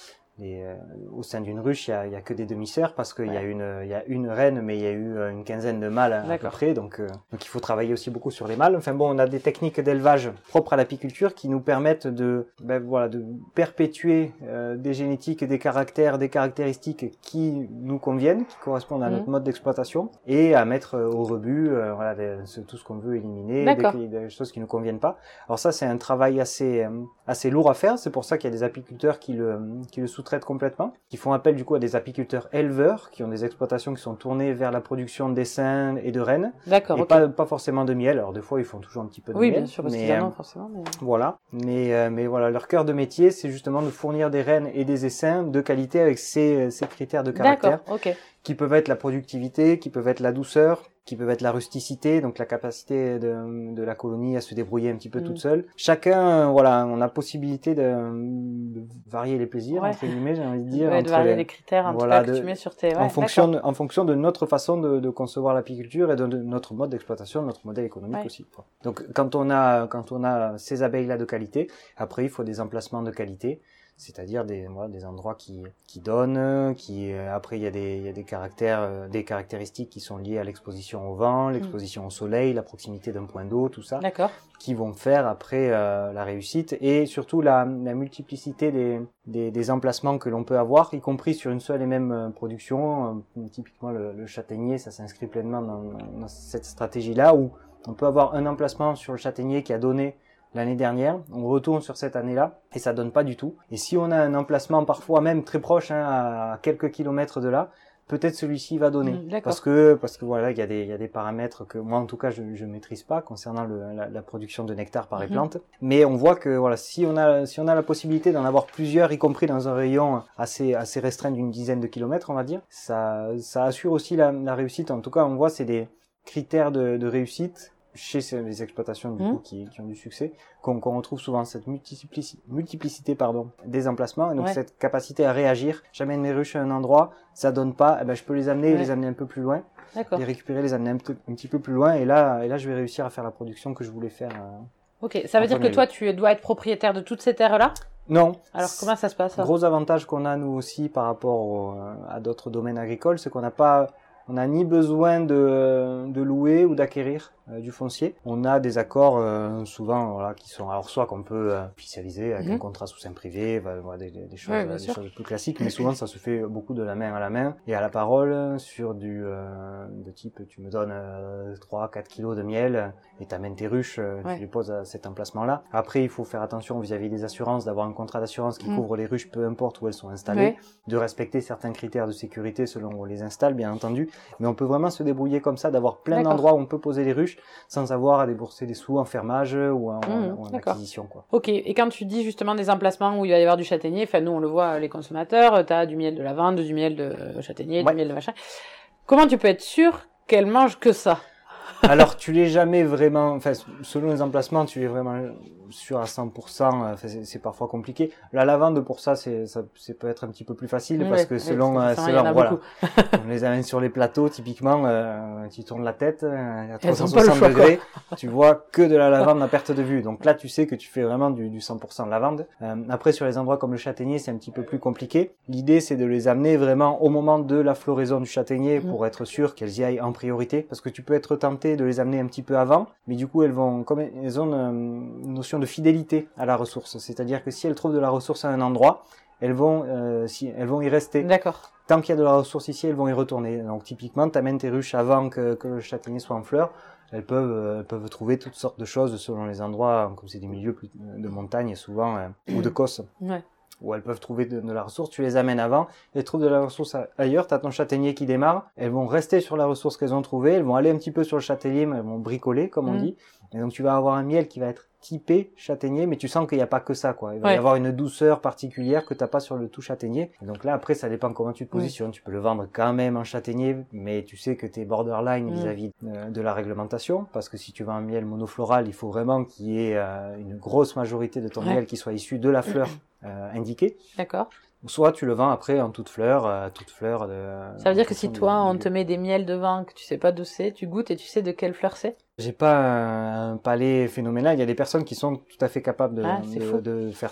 les, euh, au sein d'une ruche, il y a, il y a que des demi-sœurs parce qu'il Ouais. y a une, il y a une reine, mais il y a eu une quinzaine de mâles à, à peu près. Donc, euh, donc il faut travailler aussi beaucoup sur les mâles. Enfin bon, on a des techniques d'élevage propres à l'apiculture qui nous permettent de, ben, voilà, de perpétuer euh, des génétiques, des caractères, des caractéristiques qui nous conviennent, qui correspondent à Mhm. notre mode d'exploitation, et à mettre euh, au rebut, euh, voilà, des- ce- tout ce qu'on veut éliminer, D'accord. des, des choses qui nous conviennent pas. Alors ça, c'est un travail assez, euh, assez lourd à faire. C'est pour ça qu'il y a des apiculteurs qui le, qui le sous-traitent complètement, qui font appel du coup à des apiculteurs éleveurs, qui ont des exploitations qui sont tournées vers la production d'essaims et de rennes, D'accord, et ok. pas, pas forcément de miel. Alors des fois, ils font toujours un petit peu de Oui, miel. bien sûr, parce mais, qu'ils en euh, ont forcément. Mais... voilà. Mais, euh, mais voilà, leur cœur de métier, c'est justement de fournir des rennes et des essaims de qualité avec ces, ces critères de caractère, D'accord, ok. qui peuvent être la productivité, qui peuvent être la douceur, qui peuvent être la rusticité, donc la capacité de, de la colonie à se débrouiller un petit peu Mm. toute seule. Chacun, euh, voilà, on a possibilité de, de varier les plaisirs, Ouais. entre guillemets, j'ai envie de dire. Ouais, de entre varier les- les critères en voilà, tout cas de- que tu mets sur tes... Ouais, en, fonction d'accord. de, en fonction de notre façon de, de concevoir l'apiculture et de, de notre mode d'exploitation, de notre modèle économique Ouais. aussi, quoi. Donc quand on a quand on a ces abeilles-là de qualité, après il faut des emplacements de qualité, c'est-à-dire des voilà, des endroits qui qui donnent, qui euh, après il y a des il y a des caractères euh, des caractéristiques qui sont liées à l'exposition au vent, l'exposition au soleil, la proximité d'un point d'eau, tout ça, D'accord. qui vont faire après euh, la réussite, et surtout la, la multiplicité des, des, des emplacements que l'on peut avoir, y compris sur une seule et même euh, production. Euh, typiquement le, le châtaignier, ça s'inscrit pleinement dans, dans cette stratégie-là, où on peut avoir un emplacement sur le châtaignier qui a donné l'année dernière, on retourne sur cette année-là, et ça donne pas du tout. Et si on a un emplacement parfois même très proche, hein, à quelques kilomètres de là, peut-être celui-ci va donner, Mmh, d'accord. parce que parce que voilà, il y a des il y a des paramètres que moi en tout cas je je maîtrise pas concernant le, la, la production de nectar par les Mhm. plantes, mais on voit que voilà, si on a si on a la possibilité d'en avoir plusieurs, y compris dans un rayon assez assez restreint d'une dizaine de kilomètres, on va dire, ça ça assure aussi la, la réussite. En tout cas, on voit c'est des critères de, de réussite chez ces- les exploitations du Mhm. coup qui, qui ont du succès, qu'on qu'on retrouve souvent cette multiplicité, multiplicité pardon, des emplacements, et donc Ouais. cette capacité à réagir. J'amène mes ruches à un endroit, ça donne pas, eh ben je peux les amener, et Ouais. les amener un peu plus loin, D'accord. les récupérer, les amener un, petit- un petit peu plus loin, et là, et là je vais réussir à faire la production que je voulais faire. euh. Ok, ça veut En dire que premier toi, tu dois être propriétaire de toutes ces terres-là? Non. Alors, comment ça se passe, ça? Gros avantage qu'on a nous aussi par rapport au- à d'autres domaines agricoles, c'est qu'on n'a pas, on n'a ni besoin de, de louer ou d'acquérir euh, du foncier. On a des accords euh, souvent voilà qui sont alors soit qu'on peut euh, officialiser avec Mhm. un contrat sous seing privé, voilà, voilà, des, des, des choses, Ouais, bien des sûr. choses plus classiques, mais souvent ça se fait beaucoup de la main à la main et à la parole sur du euh, de type tu me donnes euh, trois quatre kilos de miel et t'amènes tes ruches, euh, Ouais. tu les poses à cet emplacement-là. Après il faut faire attention vis-à-vis des assurances, d'avoir un contrat d'assurance qui Mhm. couvre les ruches peu importe où elles sont installées, Ouais. de respecter certains critères de sécurité selon où on les installe, bien entendu. Mais on peut vraiment se débrouiller comme ça, d'avoir plein D'accord. d'endroits où on peut poser les ruches sans avoir à débourser des sous en fermage ou en, Mmh, ou en d'accord. acquisition, quoi. Ok, et quand tu dis justement des emplacements où il va y avoir du châtaignier, enfin nous on le voit les consommateurs, t'as du miel de lavande, du miel de euh, châtaignier, Ouais. du miel de machin. Comment tu peux être sûr qu'elle mange que ça? Alors, tu l'es jamais vraiment, enfin, selon les emplacements, tu es vraiment sûr à cent pour cent, enfin, c'est, c'est parfois compliqué. La lavande, pour ça, c'est, ça, c'est peut être un petit peu plus facile, Ouais, parce que ouais, selon, parce que euh, forcément, il y en selon, a voilà. beaucoup. On les amène sur les plateaux, typiquement, euh, tu tournes la tête, euh, à Elles trois ont cent pas le soixante choix, degrés, tu vois que de la lavande à perte de vue. Donc là, tu sais que tu fais vraiment du, du cent pour cent lavande. Euh, après, sur les endroits comme le châtaignier, c'est un petit peu plus compliqué. L'idée, c'est de les amener vraiment au moment de la floraison du châtaignier Mhm. pour être sûr qu'elles y aillent en priorité, parce que tu peux être tenté de les amener un petit peu avant, mais du coup, elles vont, comme elles ont une, une notion de fidélité à la ressource. C'est-à-dire que si elles trouvent de la ressource à un endroit, elles vont, euh, si, elles vont y rester. D'accord. Tant qu'il y a de la ressource ici, elles vont y retourner. Donc typiquement, tu amènes tes ruches avant que, que le châtaignier soit en fleurs. Elles peuvent, euh, elles peuvent trouver toutes sortes de choses selon les endroits, comme c'est des milieux plus de montagne souvent, euh, ou de cosses, Ouais. où elles peuvent trouver de, de la ressource. Tu les amènes avant, elles trouvent de la ressource a- ailleurs. Tu as ton châtaignier qui démarre. Elles vont rester sur la ressource qu'elles ont trouvée. Elles vont aller un petit peu sur le châtaignier, mais elles vont bricoler, comme on Mm. dit. Et donc tu vas avoir un miel qui va être typé châtaignier, mais tu sens qu'il n'y a pas que ça, quoi. Il va Ouais. y avoir une douceur particulière que t'as pas sur le tout châtaignier. Et donc là, après, ça dépend comment tu te positionnes. Tu peux le vendre quand même en châtaignier, mais tu sais que t'es borderline Mm. vis-à-vis euh, de la réglementation, parce que si tu vends un miel monofloral, il faut vraiment qu'il y ait euh, une grosse majorité de ton Ouais. miel qui soit issu de la fleur euh, indiquée. D'accord. Soit tu le vends après en toute fleur, euh, toute fleur de... Ça veut dire que si en fonction toi, du- on du te met des miels devant que tu sais pas d'où c'est, tu goûtes et tu sais de quelle fleur c'est? J'ai pas un, un palais phénoménal. Il y a des personnes qui sont tout à fait capables de, Ah, c'est de, fou. de faire ça.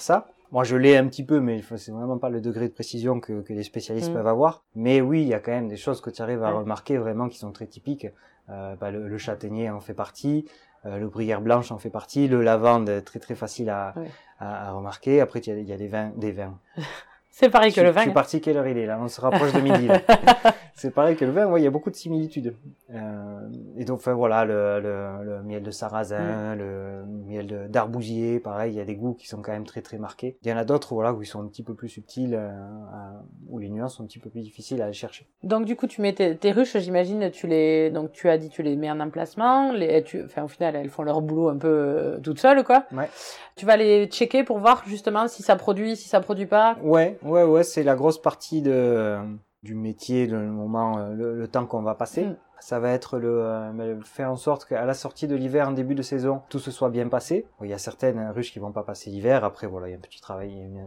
Moi, je l'ai un petit peu, mais c'est vraiment pas le degré de précision que, que les spécialistes mmh. peuvent avoir. Mais oui, il y a quand même des choses que tu arrives à ouais. remarquer vraiment qui sont très typiques. Euh, bah, le, le châtaignier en fait partie, euh, le bruyère blanche en fait partie, le lavande très très facile à, ouais. à, à remarquer. Après, il y a, il y a des vins, des vins. C'est pareil que je, le vin. Je suis parti, quelle heure il est là? On se rapproche de midi. C'est pareil que le vin, ouais, il y a beaucoup de similitudes. Euh, et donc, enfin, voilà, le, le, le miel de sarrasin, mmh. le miel de, d'arbousier, pareil, il y a des goûts qui sont quand même très très marqués. Il y en a d'autres, voilà, où ils sont un petit peu plus subtils, euh, à, où les nuances sont un petit peu plus difficiles à aller chercher. Donc, du coup, tu mets tes, tes ruches, j'imagine, tu les, donc tu as dit, tu les mets en emplacement, les, tu, enfin, au final, elles font leur boulot un peu euh, toutes seules, quoi. Ouais. Tu vas les checker pour voir justement si ça produit, si ça produit pas. Ouais, ouais, ouais, c'est la grosse partie de du métier, le moment, le, le temps qu'on va passer. Mmh. Ça va être le euh, faire en sorte qu'à la sortie de l'hiver, en début de saison, tout se soit bien passé. Il y a certaines ruches qui vont pas passer l'hiver. Après, voilà, il y a un petit travail, une,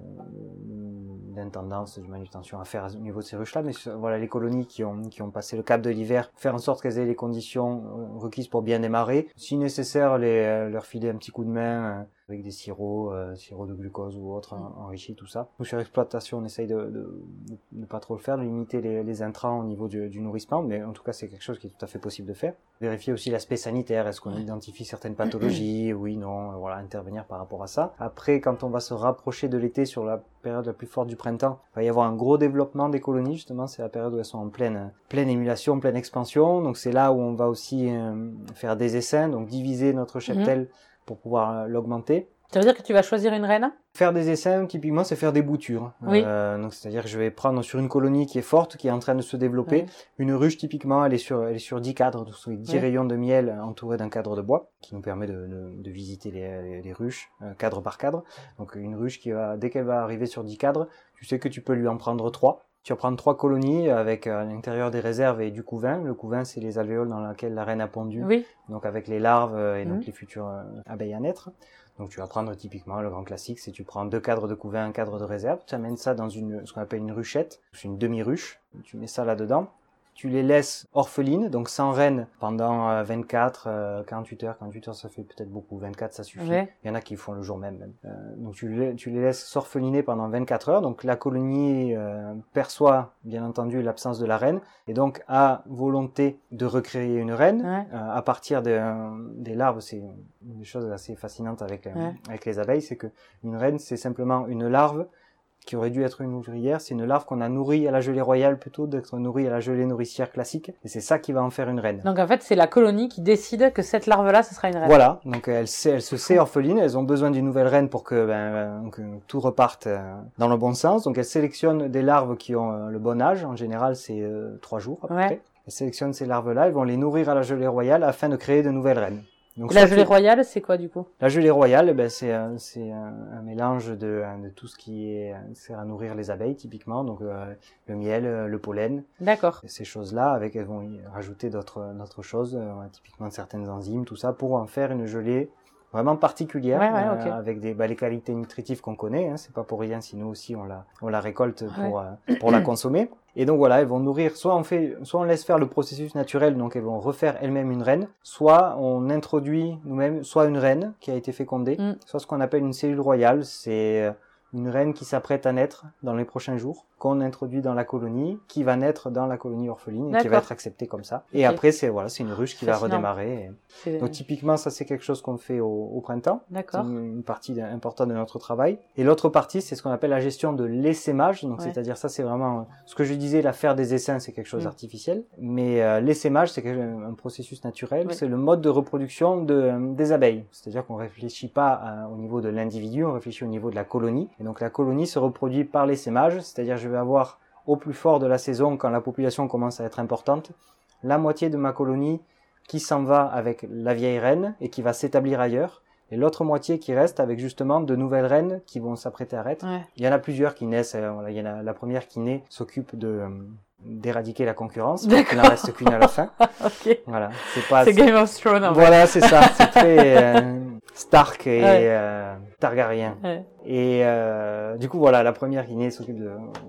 une intendance, de manutention à faire au niveau de ces ruches-là. Mais voilà, les colonies qui ont qui ont passé le cap de l'hiver, faire en sorte qu'elles aient les conditions requises pour bien démarrer. Si nécessaire, les leur filer un petit coup de main avec des sirops, euh, sirops de glucose ou autres mmh. enrichis, tout ça. Nous, sur l'exploitation, on essaye de, de, de ne pas trop le faire, de limiter les, les intrants au niveau du, du nourrissement, mais en tout cas, c'est quelque chose qui est tout à fait possible de faire. Vérifier aussi l'aspect sanitaire, est-ce qu'on identifie certaines pathologies, oui, non, voilà, intervenir par rapport à ça. Après, quand on va se rapprocher de l'été, sur la période la plus forte du printemps, il va y avoir un gros développement des colonies, justement, c'est la période où elles sont en pleine, pleine émulation, pleine expansion, donc c'est là où on va aussi euh, faire des essaims, donc diviser notre cheptel mmh. pour pouvoir euh, l'augmenter. Ça veut dire que tu vas choisir une reine? Faire des essaims, typiquement, c'est faire des boutures. Oui. Euh, donc, c'est-à-dire que je vais prendre sur une colonie qui est forte, qui est en train de se développer. Oui. Une ruche, typiquement, elle est sur, elle est sur dix cadres, donc sur dix oui. rayons de miel entourés d'un cadre de bois, qui nous permet de, de, de visiter les, les, les ruches, euh, cadre par cadre. Donc, une ruche qui va, dès qu'elle va arriver sur dix cadres, tu sais que tu peux lui en prendre trois. Tu vas prendre trois colonies avec à l'intérieur des réserves et du couvain. Le couvain, c'est les alvéoles dans lesquelles la reine a pondu. Oui. Donc, avec les larves et donc mmh. les futures abeilles à naître. Donc tu vas prendre typiquement le grand classique, c'est tu prends deux cadres de couvain, un cadre de réserve, tu amènes ça dans une ce qu'on appelle une ruchette, c'est une demi-ruche, tu mets ça là-dedans, tu les laisses orphelines, donc sans reine, pendant vingt-quatre, quarante-huit heures, quarante-huit heures ça fait peut-être beaucoup, vingt-quatre ça suffit, ouais. Il y en a qui font le jour même. même. Euh, donc tu les, tu les laisses s'orpheliner pendant vingt-quatre heures, donc la colonie euh, perçoit bien entendu l'absence de la reine, et donc a volonté de recréer une reine, ouais. euh, à partir de, euh, des larves, c'est une des choses assez fascinantes avec, euh, ouais. avec les abeilles, c'est que une reine c'est simplement une larve qui aurait dû être une ouvrière, c'est une larve qu'on a nourrie à la gelée royale plutôt d'être nourrie à la gelée nourricière classique, et c'est ça qui va en faire une reine. Donc en fait, c'est la colonie qui décide que cette larve-là, ce sera une reine. Voilà, donc elle, sait, elle se sait orpheline, elles ont besoin d'une nouvelle reine pour que, ben, que tout reparte dans le bon sens, donc elles sélectionnent des larves qui ont le bon âge, en général c'est euh, trois jours à peu ouais. près. Elles sélectionnent ces larves-là, elles vont les nourrir à la gelée royale afin de créer de nouvelles reines. Donc, la gelée royale, c'est quoi du coup? La gelée royale, ben c'est un, c'est un, un mélange de, de tout ce qui est sert à nourrir les abeilles typiquement, donc euh, le miel, le pollen. D'accord. Ces choses-là, avec elles vont y rajouter d'autres d'autres choses, euh, typiquement certaines enzymes, tout ça, pour en faire une gelée vraiment particulière, ouais, ouais, okay. euh, avec des bah, les qualités nutritives qu'on connaît. Hein, c'est pas pour rien si nous aussi on la on la récolte pour ouais. euh, pour la consommer. Et donc voilà, elles vont nourrir. Soit on fait, soit on laisse faire le processus naturel, donc elles vont refaire elles-mêmes une reine. Soit on introduit nous-mêmes, soit une reine qui a été fécondée, mm. soit ce qu'on appelle une cellule royale. C'est une reine qui s'apprête à naître dans les prochains jours, qu'on introduit dans la colonie, qui va naître dans la colonie orpheline et D'accord. qui va être acceptée comme ça. Et okay. après, c'est voilà, c'est une ruche qui Fascinant. va redémarrer. Et... Donc typiquement, ça c'est quelque chose qu'on fait au, au printemps. D'accord. C'est une, une partie importante de notre travail. Et l'autre partie, c'est ce qu'on appelle la gestion de l'essaimage. Donc ouais. c'est-à-dire ça, c'est vraiment ce que je disais, la faire des essaims, c'est quelque chose mmh. d'artificiel. Mais euh, l'essaimage, c'est un, un processus naturel. Oui. C'est le mode de reproduction de, des abeilles. C'est-à-dire qu'on réfléchit pas à, au niveau de l'individu, on réfléchit au niveau de la colonie. Et donc la colonie se reproduit par l'essaimage, c'est-à-dire je vais avoir au plus fort de la saison, quand la population commence à être importante, la moitié de ma colonie qui s'en va avec la vieille reine et qui va s'établir ailleurs, et l'autre moitié qui reste avec justement de nouvelles reines qui vont s'apprêter à naître. Ouais. Il y en a plusieurs qui naissent, euh, voilà, il y en a la première qui naît, s'occupe de euh, d'éradiquer la concurrence, parce qu'il n'en reste qu'une à la fin. Ok. Voilà, c'est pas. C'est Game of Thrones. En voilà, c'est ça. C'est très euh, Stark et ouais. euh, Targaryen. Ouais. Et euh, du coup, voilà, la première qui naît s'occupe de, de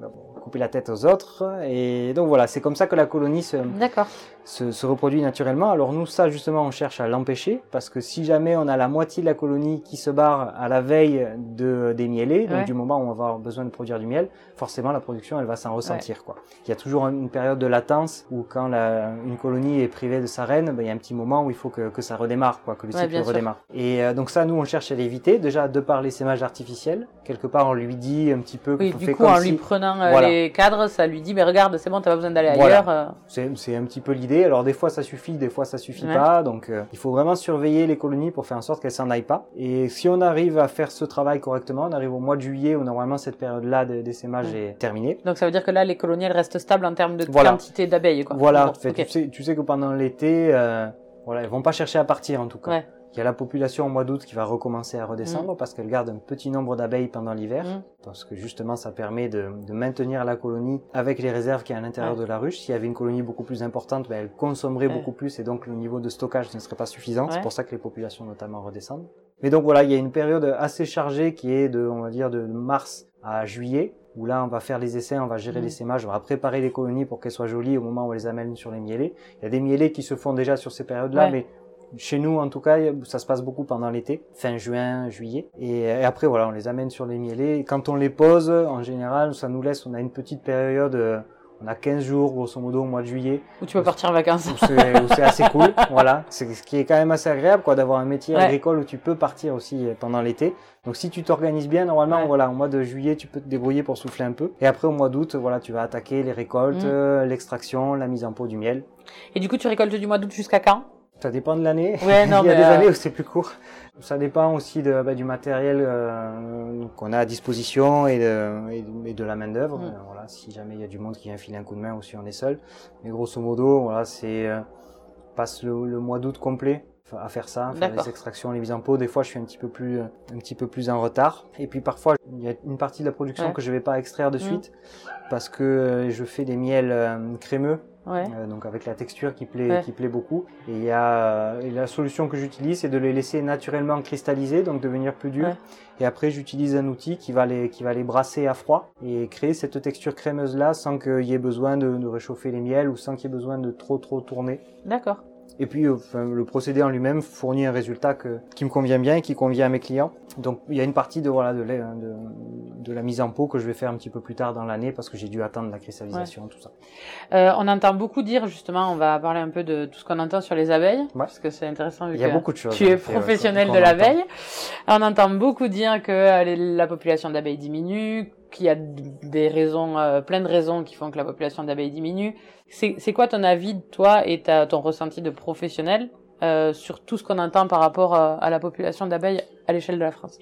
couper la tête aux autres. Et donc voilà, c'est comme ça que la colonie se, D'accord. se, se reproduit naturellement. Alors nous, ça justement, on cherche à l'empêcher, parce que si jamais on a la moitié de la colonie qui se barre à la veille de, des mielés, donc Ouais. du moment où on va avoir besoin de produire du miel, forcément la production, elle va s'en ressentir, quoi. Il y a toujours une période de latence où quand la, une colonie est privée de sa reine, ben, il y a un petit moment où il faut que, que ça redémarre, quoi, que le Ouais, cycle bien sûr. redémarre. Et euh, donc ça, nous, on cherche à l'éviter, déjà de par l'essaimage artificiel. Quelque part, on lui dit un petit peu Oui, qu'on du fait coup, comme en si... lui prenant euh, Voilà. les cadres, ça lui dit, mais regarde, c'est bon, t'as pas besoin d'aller Voilà. ailleurs. euh. C'est, c'est un petit peu l'idée. Alors des fois ça suffit, des fois ça suffit Ouais. pas. Donc euh, il faut vraiment surveiller les colonies pour faire en sorte qu'elles s'en aillent pas. Et si on arrive à faire ce travail correctement, on arrive au mois de juillet où normalement cette période-là de- d'essaimage Ouais. est terminée. Donc ça veut dire que là, les colonies, elles restent stables en termes de Voilà. quantité d'abeilles, quoi. Voilà. Bon, En fait, ok. tu, sais, tu sais que pendant l'été, euh, voilà, elles vont pas chercher à partir en tout cas. Ouais. Il y a la population au mois d'août qui va recommencer à redescendre parce qu'elle garde un petit nombre d'abeilles pendant l'hiver. Mm. Parce que justement, ça permet de, de maintenir la colonie avec les réserves qu'il y a à l'intérieur Ouais. de la ruche. S'il y avait une colonie beaucoup plus importante, ben, elle consommerait Ouais. beaucoup plus et donc le niveau de stockage ne serait pas suffisant. Ouais. C'est pour ça que les populations notamment redescendent. Mais donc voilà, il y a une période assez chargée qui est de, on va dire, de mars à juillet, où là on va faire les essais, on va gérer Mm. l'essaimage, on va préparer les colonies pour qu'elles soient jolies au moment où on les amène sur les mielés. Il y a des mielés qui se font déjà sur ces périodes-là, Ouais. mais chez nous, en tout cas, ça se passe beaucoup pendant l'été, fin juin, juillet. Et, et après, voilà, on les amène sur les mielés. Et quand on les pose, en général, ça nous laisse, on a une petite période, euh, on a quinze jours, grosso modo, au mois de juillet, Ou tu peux partir en vacances. où c'est, où c'est assez cool. Voilà, c'est ce qui est quand même assez agréable, quoi, d'avoir un métier Ouais. agricole où tu peux partir aussi pendant l'été. Donc si tu t'organises bien, normalement, Ouais. voilà, au mois de juillet, tu peux te débrouiller pour souffler un peu. Et après, au mois d'août, voilà, tu vas attaquer les récoltes, Mm. euh, l'extraction, la mise en pot du miel. Et du coup, tu récoltes du mois d'août jusqu'à quand? Ça dépend de l'année. Ouais, non, Il y a mais, des euh, années où c'est plus court. Ça dépend aussi de, bah, du matériel euh, qu'on a à disposition et de, et de, et de la main d'œuvre. Mm. Euh, voilà, si jamais il y a du monde qui vient filer un coup de main ou si on est seul. Mais grosso modo, voilà, c'est euh, passe le, le mois d'août complet à faire ça, faire D'accord. les extractions, les mises en pot. Des fois, je suis un petit peu plus, un petit peu plus en retard. Et puis parfois, il y a une partie de la production Ouais. que je vais pas extraire de Mm. suite parce que euh, je fais des miels euh, crémeux. Ouais. Euh, donc avec la texture qui plaît, Ouais. qui plaît beaucoup. Et il y a et la solution que j'utilise, c'est de les laisser naturellement cristalliser, donc devenir plus durs. Ouais. Et après, j'utilise un outil qui va les qui va les brasser à froid et créer cette texture crémeuse là, sans qu'il y ait besoin de, de réchauffer les miels ou sans qu'il y ait besoin de trop trop tourner. D'accord. Et puis, euh, enfin, le procédé en lui-même fournit un résultat que, qui me convient bien et qui convient à mes clients. Donc, il y a une partie de, voilà, de, la- de, de la mise en pot que je vais faire un petit peu plus tard dans l'année parce que j'ai dû attendre la cristallisation, tout ça. Euh, on entend beaucoup dire, justement, on va parler un peu de tout ce qu'on entend sur les abeilles, Ouais. parce que c'est intéressant vu Il y a que beaucoup de choses. tu es en fait, ouais, professionnel qu'on de entend. l'abeille. On entend beaucoup dire que euh, les- la population d'abeilles diminue, qu'il y a d- des raisons, euh, plein de raisons qui font que la population d'abeilles diminue. C'est, c'est quoi ton avis, toi, et ta, ton ressenti de professionnel euh, sur tout ce qu'on entend par rapport euh, à la population d'abeilles à l'échelle de la France?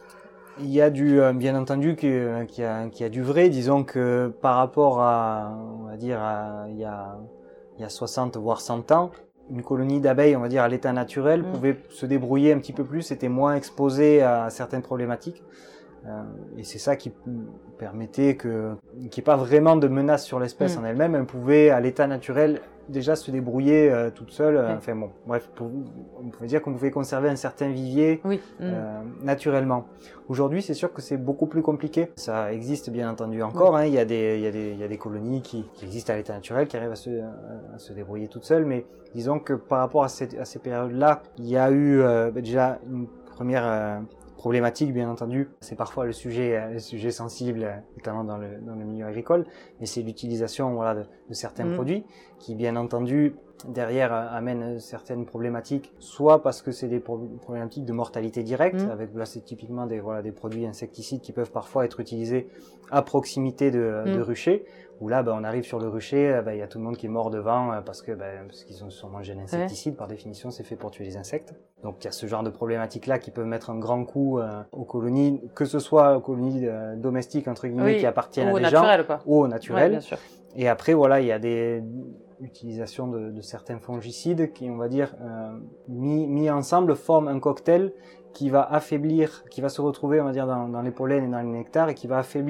Il y a du, euh, bien entendu, qu'il y a, qu'il y a du vrai. Disons que par rapport à, on va dire, à, il y a, il y a soixante voire cent ans, une colonie d'abeilles, on va dire, à l'état naturel, Mm. pouvait se débrouiller un petit peu plus, était moins exposée à certaines problématiques. Euh, et c'est ça qui permettait que, qu'il n'y ait pas vraiment de menace sur l'espèce Mm. en elle-même. Elle pouvait, à l'état naturel, déjà se débrouiller euh, toute seule. Euh, Mm. Enfin bon, bref, pour- on pouvait dire qu'on pouvait conserver un certain vivier Oui. Mm. euh, naturellement. Aujourd'hui, c'est sûr que c'est beaucoup plus compliqué. Ça existe bien entendu encore. Hein. Il y a des, il y a des, il y a des colonies qui, qui existent à l'état naturel, qui arrivent à se, à se débrouiller toutes seules. Mais disons que par rapport à, cette, à ces périodes-là, il y a eu euh, déjà une première euh, problématique, bien entendu. C'est parfois le sujet, euh, le sujet sensible, euh, notamment dans le, dans le milieu agricole. Mais c'est l'utilisation, voilà, de, de certains Mm. produits qui, bien entendu, derrière euh, amènent certaines problématiques, soit parce que c'est des pro- problématiques de mortalité directe, Mm. avec là c'est typiquement des voilà des produits insecticides qui peuvent parfois être utilisés à proximité de, Mm. de ruchers, où là ben, on arrive sur le rucher, euh, ben, il y a tout le monde qui est mort devant euh, parce que ben, parce qu'ils ont se sont mangés un insecticide, par définition c'est fait pour tuer les insectes. Donc il y a ce genre de problématiques là qui peuvent mettre un grand coup euh, aux colonies, que ce soit aux colonies euh, domestiques entre guillemets Oui. qui appartiennent Ou à des naturel, gens, quoi. ou au Ouais, naturel. bien sûr. Et après, voilà, il y a des utilisations de, de certains fongicides qui, on va dire, euh, mis, mis ensemble, forment un cocktail qui va affaiblir, qui va se retrouver, on va dire, dans, dans les pollens et dans les nectars et qui va affaiblir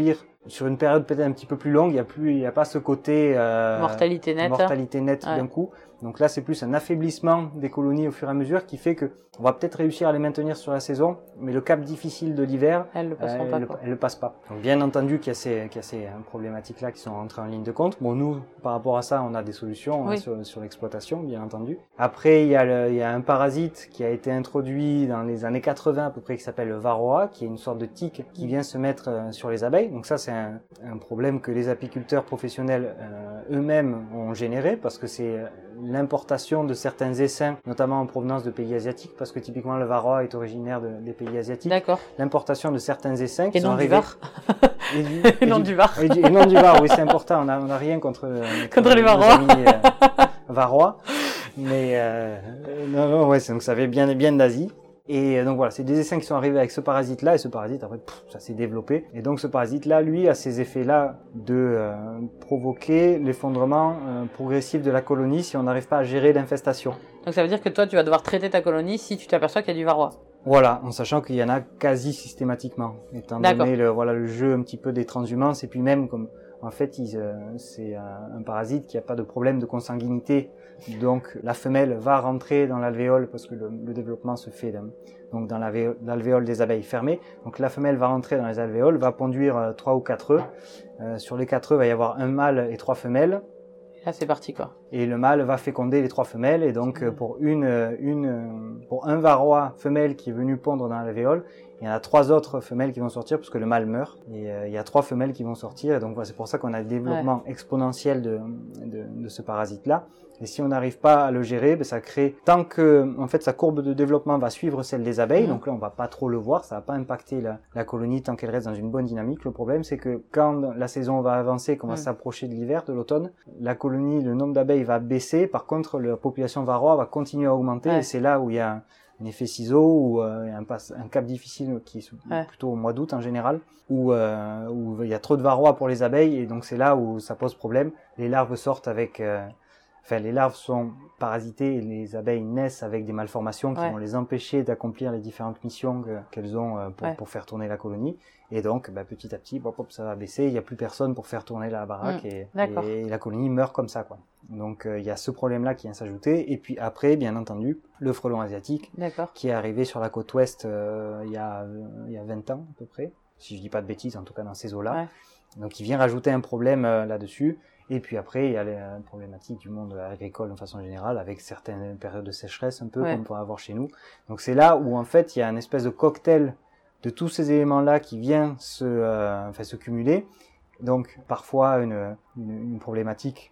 sur une période peut-être un petit peu plus longue, il y a plus, il y a pas ce côté euh, mortalité nette, mortalité nette ouais. d'un coup. Donc là, c'est plus un affaiblissement des colonies au fur et à mesure qui fait que on va peut-être réussir à les maintenir sur la saison, mais le cap difficile de l'hiver, elles le passeront euh, pas. Elle, elle le passe pas. Donc bien entendu qu'il y a ces, qu'il y a ces hein, problématiques-là qui sont entrées en ligne de compte. Bon, nous, par rapport à ça, on a des solutions oui. hein, sur, sur l'exploitation, bien entendu. Après, il y, a le, il y a un parasite qui a été introduit dans les années quatre-vingts à peu près, qui s'appelle le varroa, qui est une sorte de tique qui vient se mettre euh, sur les abeilles. Donc ça, c'est un, un problème que les apiculteurs professionnels euh, eux-mêmes ont généré, parce que c'est euh, l'importation de certains essaims, notamment en provenance de pays asiatiques, parce que typiquement le varroa est originaire de, des pays asiatiques. D'accord. L'importation de certains essaims qui et sont non arrivés... Du var. Et, du, et, et non du, du var. Et, du, et non du var, oui, c'est important. On n'a on a rien contre, euh, contre les varrois. Euh, varrois. Mais euh, non, non, ouais, donc ça avait bien, bien d'Asie. Et donc voilà, c'est des essaims qui sont arrivés avec ce parasite-là, et ce parasite, après, pff, ça s'est développé. Et donc ce parasite-là, lui, a ces effets-là de euh, provoquer l'effondrement euh, progressif de la colonie si on n'arrive pas à gérer l'infestation. Donc ça veut dire que toi, tu vas devoir traiter ta colonie si tu t'aperçois qu'il y a du varroa. Voilà, en sachant qu'il y en a quasi systématiquement, étant donné le, voilà, le jeu un petit peu des transhumances, et puis même comme en fait, il, euh, c'est un, un parasite qui n'a pas de problème de consanguinité. Donc la femelle va rentrer dans l'alvéole parce que le, le développement se fait dans, donc dans l'alvéole des abeilles fermées. Donc la femelle va rentrer dans les alvéoles, va ponduire euh, trois ou quatre œufs. Euh, sur les quatre œufs, il va y avoir un mâle et trois femelles. Là, c'est parti quoi. Et le mâle va féconder les trois femelles. Et donc euh, pour une, une, pour un varroa femelle qui est venu pondre dans l'alvéole, il y en a trois autres femelles qui vont sortir parce que le mâle meurt. Et euh, il y a trois femelles qui vont sortir. Et donc voilà, c'est pour ça qu'on a le développement ouais. exponentiel de, de, de ce parasite-là. Et si on n'arrive pas à le gérer, ben ça crée, tant que, en fait, sa courbe de développement va suivre celle des abeilles, mmh. donc là, on va pas trop le voir, ça va pas impacter la, la colonie tant qu'elle reste dans une bonne dynamique. Le problème, c'est que quand la saison va avancer, qu'on va mmh. s'approcher de l'hiver, de l'automne, la colonie, le nombre d'abeilles va baisser, par contre, la population varroa va continuer à augmenter, ouais. et c'est là où il y a un, un effet ciseau, ou euh, un, un cap difficile qui est ouais. plutôt au mois d'août en général, où, euh, où il y a trop de varroa pour les abeilles, et donc c'est là où ça pose problème. Les larves sortent avec... Euh, Enfin, les larves sont parasitées et les abeilles naissent avec des malformations qui ouais. vont les empêcher d'accomplir les différentes missions que, qu'elles ont euh, pour, ouais. pour faire tourner la colonie. Et donc, bah, petit à petit, hop, hop, ça va baisser. Il n'y a plus personne pour faire tourner la baraque mmh. et, et la colonie meurt comme ça, quoi. Donc, euh, il y a ce problème-là qui vient s'ajouter. Et puis après, bien entendu, le frelon asiatique D'accord. qui est arrivé sur la côte ouest euh, il y a euh, il y a vingt ans à peu près, si je dis pas de bêtises, en tout cas dans ces eaux-là. Ouais. Donc, il vient rajouter un problème euh, là-dessus. Et puis après, il y a les problématiques du monde agricole de façon générale, avec certaines périodes de sécheresse un peu, ouais. comme on peut avoir chez nous. Donc c'est là où en fait, il y a une espèce de cocktail de tous ces éléments-là qui vient se, euh, enfin, se cumuler. Donc parfois une, une, une problématique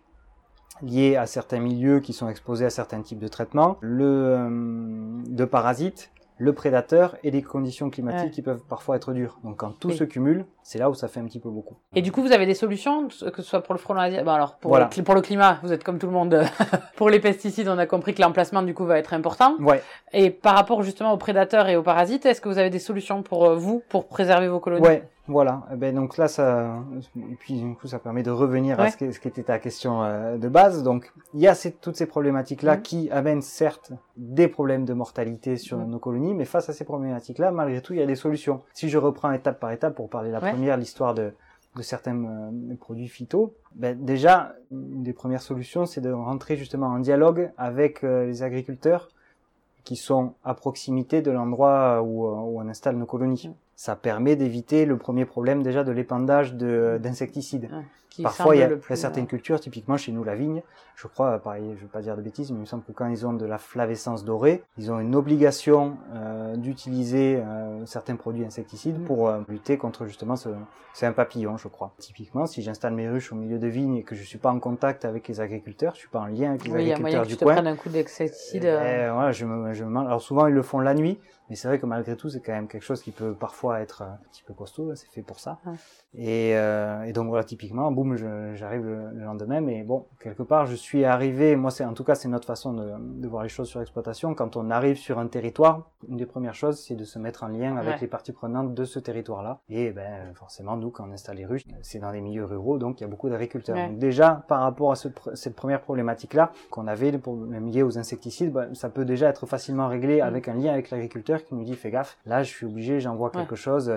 liée à certains milieux qui sont exposés à certains types de traitements, le euh, de parasites, le prédateur et les conditions climatiques ouais. qui peuvent parfois être dures. Donc quand tout oui. se cumule, c'est là où ça fait un petit peu beaucoup. Et du coup, vous avez des solutions, que ce soit pour le frelon asiatique, bon alors pour, voilà. le, pour le climat, vous êtes comme tout le monde. Pour les pesticides, on a compris que l'emplacement du coup va être important. Ouais. Et par rapport justement aux prédateurs et aux parasites, est-ce que vous avez des solutions pour euh, vous, pour préserver vos colonies? Ouais. Voilà, et ben donc là ça, et puis du coup ça permet de revenir ouais. à ce, que, ce qui était ta question euh, de base. Donc il y a ces, toutes ces problématiques là mmh. qui amènent certes des problèmes de mortalité sur mmh. nos colonies, mais face à ces problématiques là, malgré tout il y a des solutions. Si je reprends étape par étape pour parler de la ouais. première, l'histoire de de certains euh, produits phyto, ben déjà une des premières solutions c'est de rentrer justement en dialogue avec euh, les agriculteurs qui sont à proximité de l'endroit où, où on installe nos colonies. Mmh. Ça permet d'éviter le premier problème déjà de l'épandage de, d'insecticides. Ouais, Parfois, il y a, plus, y a certaines ouais. cultures, typiquement chez nous la vigne, je crois, pareil, je ne veux pas dire de bêtises, mais il me semble que quand ils ont de la flavescence dorée, ils ont une obligation euh, d'utiliser euh, certains produits insecticides mmh. pour euh, lutter contre justement ce... C'est un papillon, je crois. Typiquement, si j'installe mes ruches au milieu de vignes et que je suis pas en contact avec les agriculteurs, je suis pas en lien avec les oui, agriculteurs du coin. Oui, il y a moyen que tu te prennes un coup d'insecticide. Euh... voilà, je me, je me... Alors souvent, ils le font la nuit, mais c'est vrai que malgré tout, c'est quand même quelque chose qui peut parfois être un petit peu costaud, c'est fait pour ça. Ouais. Et, euh, et donc voilà, typiquement, boum, je, j'arrive le, le lendemain, mais bon, quelque part, je suis arrivé, moi, c'est en tout cas, c'est notre façon de, de voir les choses sur l'exploitation. Quand on arrive sur un territoire, une des premières choses, c'est de se mettre en lien avec ouais. les parties prenantes de ce territoire-là. Et ben, forcément, nous, quand on installe les ruches, c'est dans les milieux ruraux, donc il y a beaucoup d'agriculteurs. Ouais. Donc déjà, par rapport à ce, cette première problématique-là, qu'on avait, le problème lié aux insecticides, ben, ça peut déjà être facilement réglé mmh. avec un lien avec l'agriculteur qui nous dit, fais gaffe, là, je suis obligé, j'envoie quelque ouais. chose,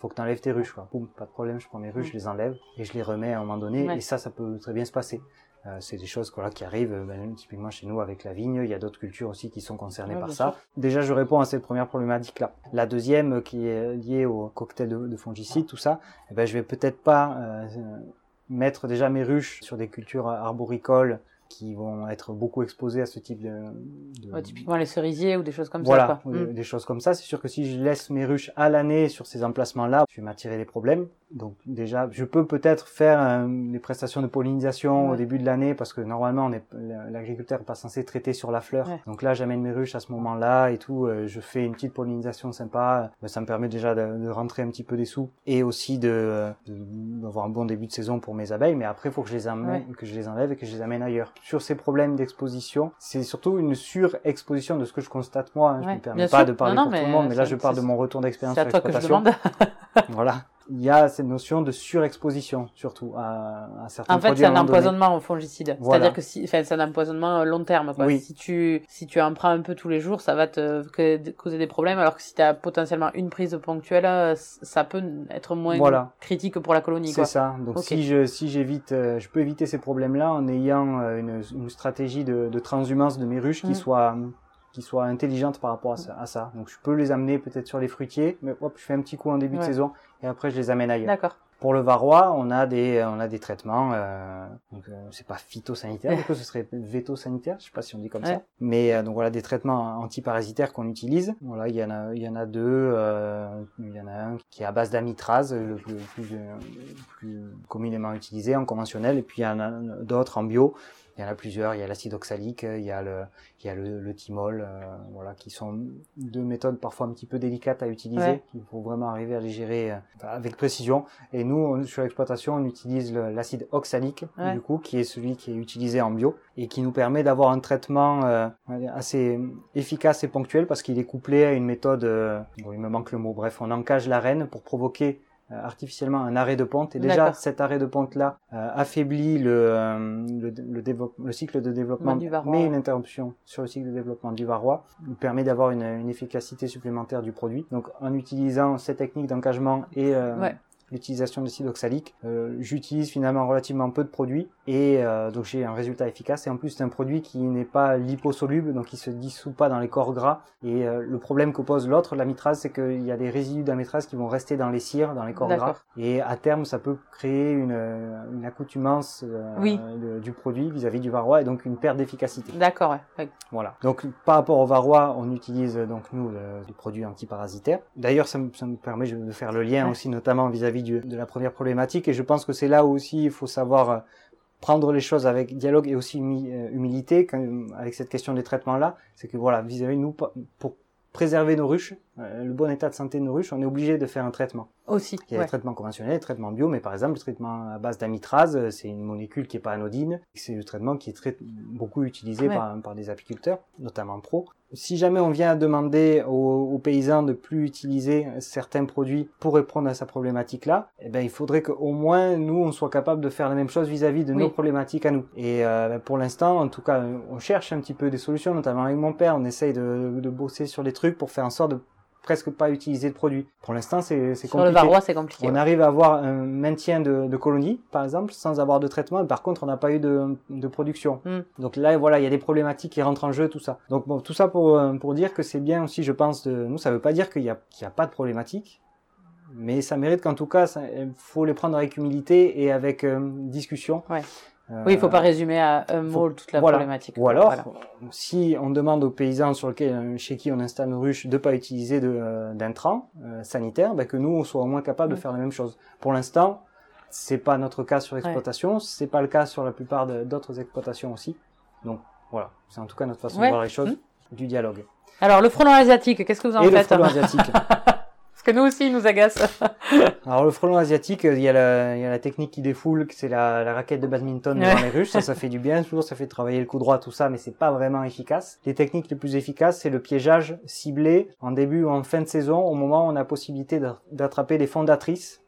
faut que tu enlèves tes ruches, quoi. Boum, pas de problème, je prends mes ruches, je les enlève et je les remets à un moment donné. Ouais. Et ça, ça peut très bien se passer. Euh, c'est des choses voilà, qui arrivent, ben, typiquement chez nous avec la vigne, il y a d'autres cultures aussi qui sont concernées ouais, par ça. Sûr. Déjà, je réponds à cette première problématique-là. La deuxième, qui est liée au cocktail de, de fongicides, tout ça, eh ben, je vais peut-être pas euh, mettre déjà mes ruches sur des cultures arboricoles qui vont être beaucoup exposés à ce type de... de... Ouais, typiquement les cerisiers ou des choses comme voilà, ça. Voilà, mmh. des choses comme ça. C'est sûr que si je laisse mes ruches à l'année sur ces emplacements-là, je vais m'attirer des problèmes. Donc déjà, je peux peut-être faire euh, des prestations de pollinisation ouais. au début de l'année, parce que normalement, on est, l'agriculteur n'est pas censé traiter sur la fleur. Ouais. Donc là, j'amène mes ruches à ce moment-là et tout. Euh, je fais une petite pollinisation sympa. Euh, ça me permet déjà de, de rentrer un petit peu des sous et aussi de, de, d'avoir un bon début de saison pour mes abeilles. Mais après, il faut que je les amène, ouais. que je les enlève et que je les amène ailleurs. Sur ces problèmes d'exposition, c'est surtout une surexposition de ce que je constate moi. Hein. Je ne ouais, me permets pas sûr. de parler non, non, pour tout le monde, mais là je parle de mon retour d'expérience sur l'exploitation. C'est à toi que je demande. Voilà. Il y a cette notion de surexposition, surtout à, à certains produits. En fait, produits c'est un empoisonnement au fongicide. Voilà. C'est-à-dire que si, enfin, c'est un empoisonnement long terme, quoi. Oui. Si tu, si tu en prends un peu tous les jours, ça va te causer des problèmes, alors que si tu as potentiellement une prise ponctuelle, ça peut être moins voilà. critique pour la colonie, c'est quoi. C'est ça. Donc, okay. si je, si j'évite, je peux éviter ces problèmes-là en ayant une, une stratégie de, de transhumance de mes ruches qui mmh. soit, qui soit intelligente par rapport à ça, à ça. Donc je peux les amener peut-être sur les fruitiers, mais hop, je fais un petit coup en début ouais. de saison et après je les amène ailleurs. D'accord. Pour le varroa, on a des on a des traitements euh, donc euh, c'est pas phytosanitaire, du coup ce serait vétosanitaire, je sais pas si on dit comme ouais. ça. Mais euh, donc voilà des traitements antiparasitaires qu'on utilise. Voilà, il y en a il y en a deux, euh, il y en a un qui est à base d'amitrase, le plus, le plus, le plus communément utilisé en conventionnel, et puis il y en a d'autres en bio. Il y en a plusieurs, il y a l'acide oxalique, il y a le, il y a le, le thymol, euh, voilà, qui sont deux méthodes parfois un petit peu délicates à utiliser, ouais. qu'il faut vraiment arriver à les gérer euh, avec précision. Et nous, on, sur l'exploitation, on utilise le, l'acide oxalique, ouais. du coup, qui est celui qui est utilisé en bio et qui nous permet d'avoir un traitement euh, assez efficace et ponctuel parce qu'il est couplé à une méthode, euh, bon, il me manque le mot, bref, on encage la reine pour provoquer artificiellement un arrêt de ponte et déjà D'accord. cet arrêt de ponte là euh, affaiblit le, euh, le, le, développe, le cycle de développement mais une interruption sur le cycle de développement du varroa nous permet d'avoir une, une efficacité supplémentaire du produit. Donc en utilisant cette technique d'encagement et euh, ouais. l'utilisation de l'acide oxalique, euh, j'utilise finalement relativement peu de produits et euh, donc j'ai un résultat efficace et en plus c'est un produit qui n'est pas liposoluble, donc il se dissout pas dans les corps gras et euh, le problème que pose l'autre, l'amitrase, c'est qu'il y a des résidus d'amitrase qui vont rester dans les cires, dans les corps D'accord. gras et à terme ça peut créer une, une accoutumance euh, oui. de, du produit vis-à-vis du varroa et donc une perte d'efficacité. D'accord, ouais. ouais. Voilà. Donc par rapport au varroa, on utilise donc nous le, du produit antiparasitaire. D'ailleurs ça me, ça me permet de faire le lien ouais. aussi notamment vis-à-vis du, de la première problématique et je pense que c'est là où aussi il faut savoir euh, prendre les choses avec dialogue et aussi humi- euh, humilité quand, avec cette question des traitements là, c'est que voilà, vis-à-vis de nous, pour préserver nos ruches, euh, le bon état de santé de nos ruches, on est obligé de faire un traitement. Aussi. Il y a ouais. des traitements conventionnels, des traitements bio, mais par exemple le traitement à base d'amitrase, c'est une molécule qui est pas anodine, c'est le traitement qui est très beaucoup utilisé ouais. par, par des apiculteurs, notamment pro. Si jamais on vient demander aux, aux paysans de plus utiliser certains produits pour répondre à sa problématique là, eh ben il faudrait qu'au moins nous on soit capable de faire la même chose vis-à-vis de oui. nos problématiques à nous. Et euh, pour l'instant, en tout cas, on cherche un petit peu des solutions, notamment avec mon père, on essaye de, de bosser sur des trucs pour faire en sorte de presque pas utiliser de produits. Pour l'instant, c'est, c'est compliqué. Sur le varroa, c'est compliqué. On ouais. arrive à avoir un maintien de, de colonies, par exemple, sans avoir de traitement. Par contre, on n'a pas eu de, de production. Mm. Donc là, voilà, il y a des problématiques qui rentrent en jeu, tout ça. Donc bon, tout ça pour pour dire que c'est bien aussi, je pense, de nous. Ça veut pas dire qu'il y a qu'il y a pas de problématique, mais ça mérite qu'en tout cas, il faut les prendre avec humilité et avec euh, discussion. Ouais. Euh, oui, il faut pas résumer à un mot toute la voilà. problématique. Ou alors, voilà. si on demande aux paysans sur lequel, chez qui on installe nos ruches de pas utiliser de, euh, d'intrants euh, sanitaires, ben que nous on soit au moins capable mmh. de faire la même chose. Pour l'instant, c'est pas notre cas sur l'exploitation, ouais. c'est pas le cas sur la plupart de, d'autres exploitations aussi. Donc voilà, c'est en tout cas notre façon ouais. de voir les choses, mmh. du dialogue. Alors le frelon asiatique, qu'est-ce que vous en Et faites? Et le frelon asiatique. Parce que nous aussi, il nous agace. Alors le frelon asiatique, il y a la, il y a la technique qui défoule, c'est la, la raquette de badminton ouais. dans les ruches. Ça, ça fait du bien, toujours, ça fait travailler le coup droit, tout ça, mais c'est pas vraiment efficace. Les techniques les plus efficaces, c'est le piégeage ciblé en début ou en fin de saison, au moment où on a possibilité d'attraper des fondatrices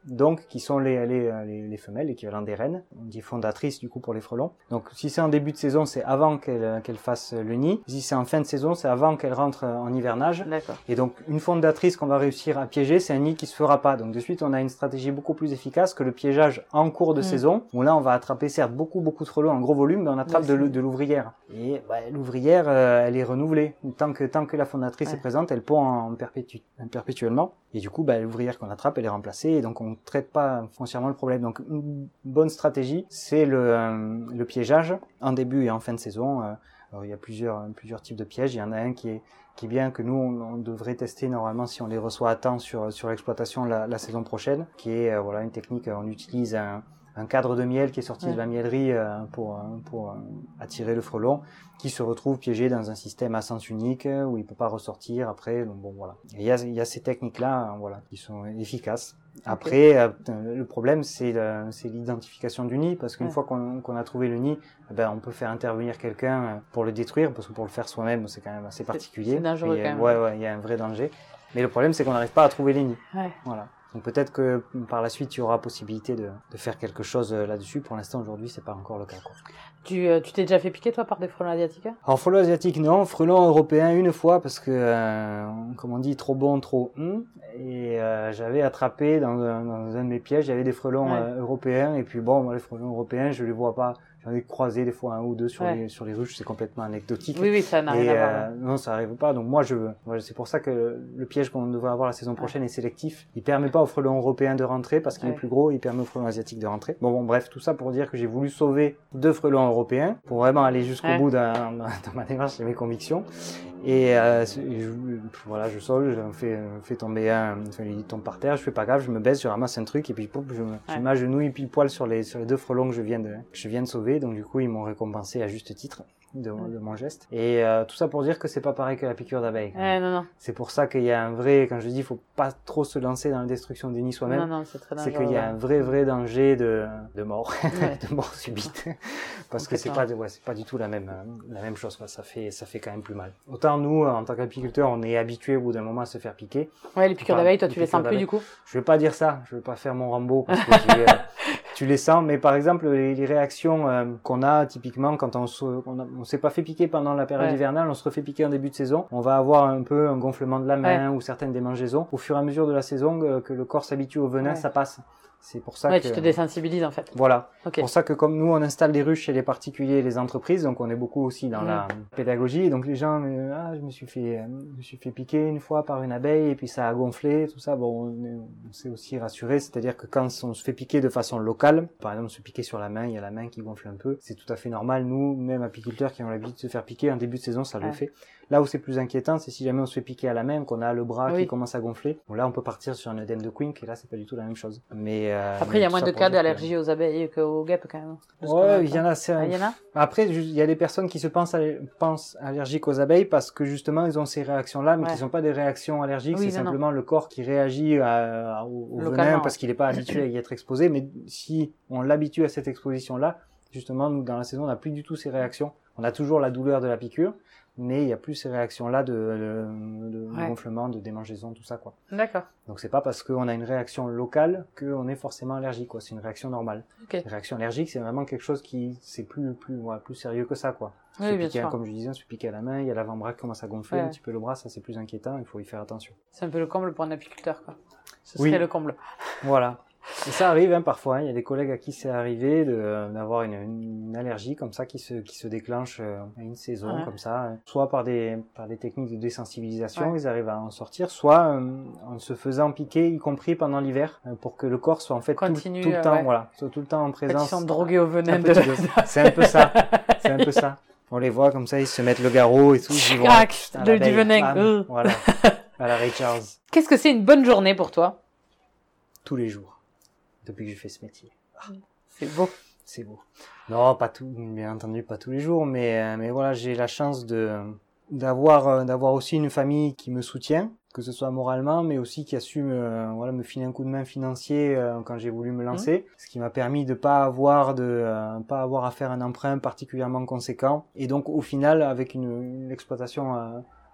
donc qui sont les, les, les, les femelles, l'équivalent des reines. On dit fondatrices du coup pour les frelons. Donc si c'est en début de saison, c'est avant qu'elles qu'elles fassent le nid. Si c'est en fin de saison, c'est avant qu'elles rentrent en hivernage. D'accord. Et donc une fondatrice qu'on va réussir à piéger, c'est un nid qui se fera pas. Donc de suite, on a une stratégie beaucoup plus efficace que le piégeage en cours de mmh. saison, où là on va attraper certes beaucoup beaucoup de frelons en gros volume, mais on attrape oui, de, de l'ouvrière. Et bah, l'ouvrière, euh, elle est renouvelée. Tant que tant que la fondatrice ouais. est présente, elle pond en, perpétu, en perpétuellement. Et du coup, bah, l'ouvrière qu'on attrape, elle est remplacée. Et donc on ne traite pas foncièrement le problème. Donc une bonne stratégie, c'est le, euh, le piégeage en début et en fin de saison. Euh, alors il y a plusieurs plusieurs types de pièges. Il y en a un qui est qui est bien, que nous on, on devrait tester normalement si on les reçoit à temps sur sur l'exploitation la, la saison prochaine, qui est euh, voilà une technique. On utilise un un cadre de miel qui est sorti ouais. de la mielerie euh, pour pour euh, attirer le frelon, qui se retrouve piégé dans un système à sens unique euh, où il peut pas ressortir après. Donc bon voilà. Et il y a il y a ces techniques là euh, voilà qui sont efficaces. Après okay. euh, le problème c'est le, c'est l'identification du nid, parce qu'une ouais. fois qu'on qu'on a trouvé le nid, eh ben on peut faire intervenir quelqu'un pour le détruire, parce que pour le faire soi-même c'est quand même assez particulier. C'est dangereux et, quand même. Ouais ouais, il y a un vrai danger. Mais le problème c'est qu'on n'arrive pas à trouver les nids. Ouais. Voilà. Donc peut-être que par la suite, il y aura possibilité de, de faire quelque chose là-dessus. Pour l'instant, aujourd'hui, c'est pas encore le cas, quoi. Tu euh, tu t'es déjà fait piquer, toi, par des frelons asiatiques? Alors, frelons asiatiques, non. Frelons européens, une fois, parce que, euh, comme on dit, trop bon, trop hum. Et euh, j'avais attrapé dans un, dans un de mes pièges, il y avait des frelons ouais. euh, européens. Et puis bon, moi, les frelons européens, je les vois pas. J'en ai croisé des fois un ou deux sur ouais. les sur les ruches, c'est complètement anecdotique. Oui, oui, ça n'a rien à voir. Euh, non, ça arrive pas. Donc moi, je, moi, c'est pour ça que le piège qu'on devrait avoir la saison prochaine ouais. est sélectif. Il permet pas aux frelons européens de rentrer parce qu'il ouais. est plus gros. Il permet aux frelons asiatiques de rentrer. Bon, bon, bref, tout ça pour dire que j'ai voulu sauver deux frelons européens pour vraiment aller jusqu'au ouais. bout dans, dans ma démarche et mes convictions. Et, euh, et je, voilà, je sauve, je fais, fais tomber un, enfin, il tombe par terre, je fais pas grave, je me baisse, je ramasse un truc et puis pouf, je, ouais. je m'agenouille pile poil sur les sur les deux frelons que je viens de que je viens de sauver. Donc du coup, ils m'ont récompensé à juste titre de, ouais. de mon geste. Et euh, tout ça pour dire que c'est pas pareil que la piqûre d'abeille. Ouais, non, non. C'est pour ça qu'il y a un vrai, quand je dis, il faut pas trop se lancer dans la destruction des nids soi-même. Non, non, c'est très dangereux. C'est qu'il y a un vrai, vrai danger de de mort, ouais. de mort subite, parce que c'est pas, ouais, c'est pas du tout la même la même chose. Ça fait ça fait quand même plus mal. Autant nous, en tant qu'apiculteurs, on est habitués au bout d'un moment à se faire piquer. Ouais, les piqûres d'abeille, toi, tu les sens plus du coup? Je vais pas dire ça. Je vais pas faire mon Rambo parce que tu, euh, tu les sens. Mais par exemple, les, les réactions euh, qu'on a typiquement quand on se, on, a, on s'est pas fait piquer pendant la période ouais. hivernale, on se refait piquer en début de saison. On va avoir un peu un gonflement de la main ouais. ou certaines démangeaisons. Au fur et à mesure de la saison, euh, que le corps s'habitue au venin, ouais. ça passe. C'est pour ça ouais, que... tu te désensibilises en fait. Voilà. Okay. C'est pour ça que comme nous, on installe des ruches chez les particuliers et les entreprises, donc on est beaucoup aussi dans mmh. la pédagogie. Et donc les gens, euh, ah, je me suis fait, euh, je me suis fait piquer une fois par une abeille et puis ça a gonflé, tout ça. Bon, on, on s'est aussi rassuré, c'est-à-dire que quand on se fait piquer de façon locale, par exemple se piquer sur la main, il y a la main qui gonfle un peu, c'est tout à fait normal. Nous, même apiculteurs qui ont l'habitude de se faire piquer en début de saison, ça ouais. le fait. Là où c'est plus inquiétant, c'est si jamais on se fait piquer à la main, qu'on a le bras oui. qui commence à gonfler. Bon, là, on peut partir sur un œdème de Quink et là, c'est pas du tout la même chose. Mais euh, après, il y a moins de cas d'allergie que... aux abeilles qu'aux guêpes quand même. Ouais, il y en a. Ah, il y en a. Après, il y a des personnes qui se pensent, aller... pensent allergiques aux abeilles parce que justement, ils ont ces réactions-là, mais ouais. qui sont pas des réactions allergiques. Oui, c'est non, simplement non. le corps qui réagit à... au, au venin parce qu'il n'est pas habitué à y être exposé. Mais si on l'habitue à cette exposition-là, justement, nous, dans la saison, on n'a plus du tout ces réactions. On a toujours la douleur de la piqûre, mais il y a plus ces réactions-là de, de, de ouais. gonflement, de démangeaison, tout ça, quoi. D'accord. Donc c'est pas parce qu'on a une réaction locale qu'on est forcément allergique, quoi. C'est une réaction normale. Okay. Une réaction allergique, c'est vraiment quelque chose qui, c'est plus, plus, ouais, plus sérieux que ça, quoi. Oui, se bien piquer, sûr. Comme je disais, on se pique à la main, il y a l'avant-bras qui commence à gonfler, ouais. un petit peu le bras, ça c'est plus inquiétant, il faut y faire attention. C'est un peu le comble pour un apiculteur, quoi. Ce oui. serait le comble. Voilà. Et ça arrive hein, parfois, il y a des collègues à qui c'est arrivé de, d'avoir une, une allergie comme ça qui se, qui se déclenche euh, à une saison ouais. comme ça, soit par des, par des techniques de désensibilisation, ouais. ils arrivent à en sortir, soit euh, en se faisant piquer, y compris pendant l'hiver, euh, pour que le corps soit en fait Continue, tout, tout le temps, ouais. voilà, soit tout le temps en présence. Ils sont drogués au venin de... C'est un peu ça, c'est un peu ça. On les voit comme ça, ils se mettent le garrot et tout, ils vont le du venin. Bam, voilà, à la Ray Charles. Qu'est-ce que c'est une bonne journée pour toi? Tous les jours. Depuis que je fais ce métier. Ah, c'est beau. C'est beau. Non, pas tout, bien entendu, pas tous les jours, mais, euh, mais voilà, j'ai la chance de, d'avoir, euh, d'avoir aussi une famille qui me soutient, que ce soit moralement, mais aussi qui a su me, voilà, me filer un coup de main financier euh, quand j'ai voulu me lancer, mmh. ce qui m'a permis de pas avoir de, euh, pas avoir à faire un emprunt particulièrement conséquent. Et donc, au final, avec une, une exploitation, euh,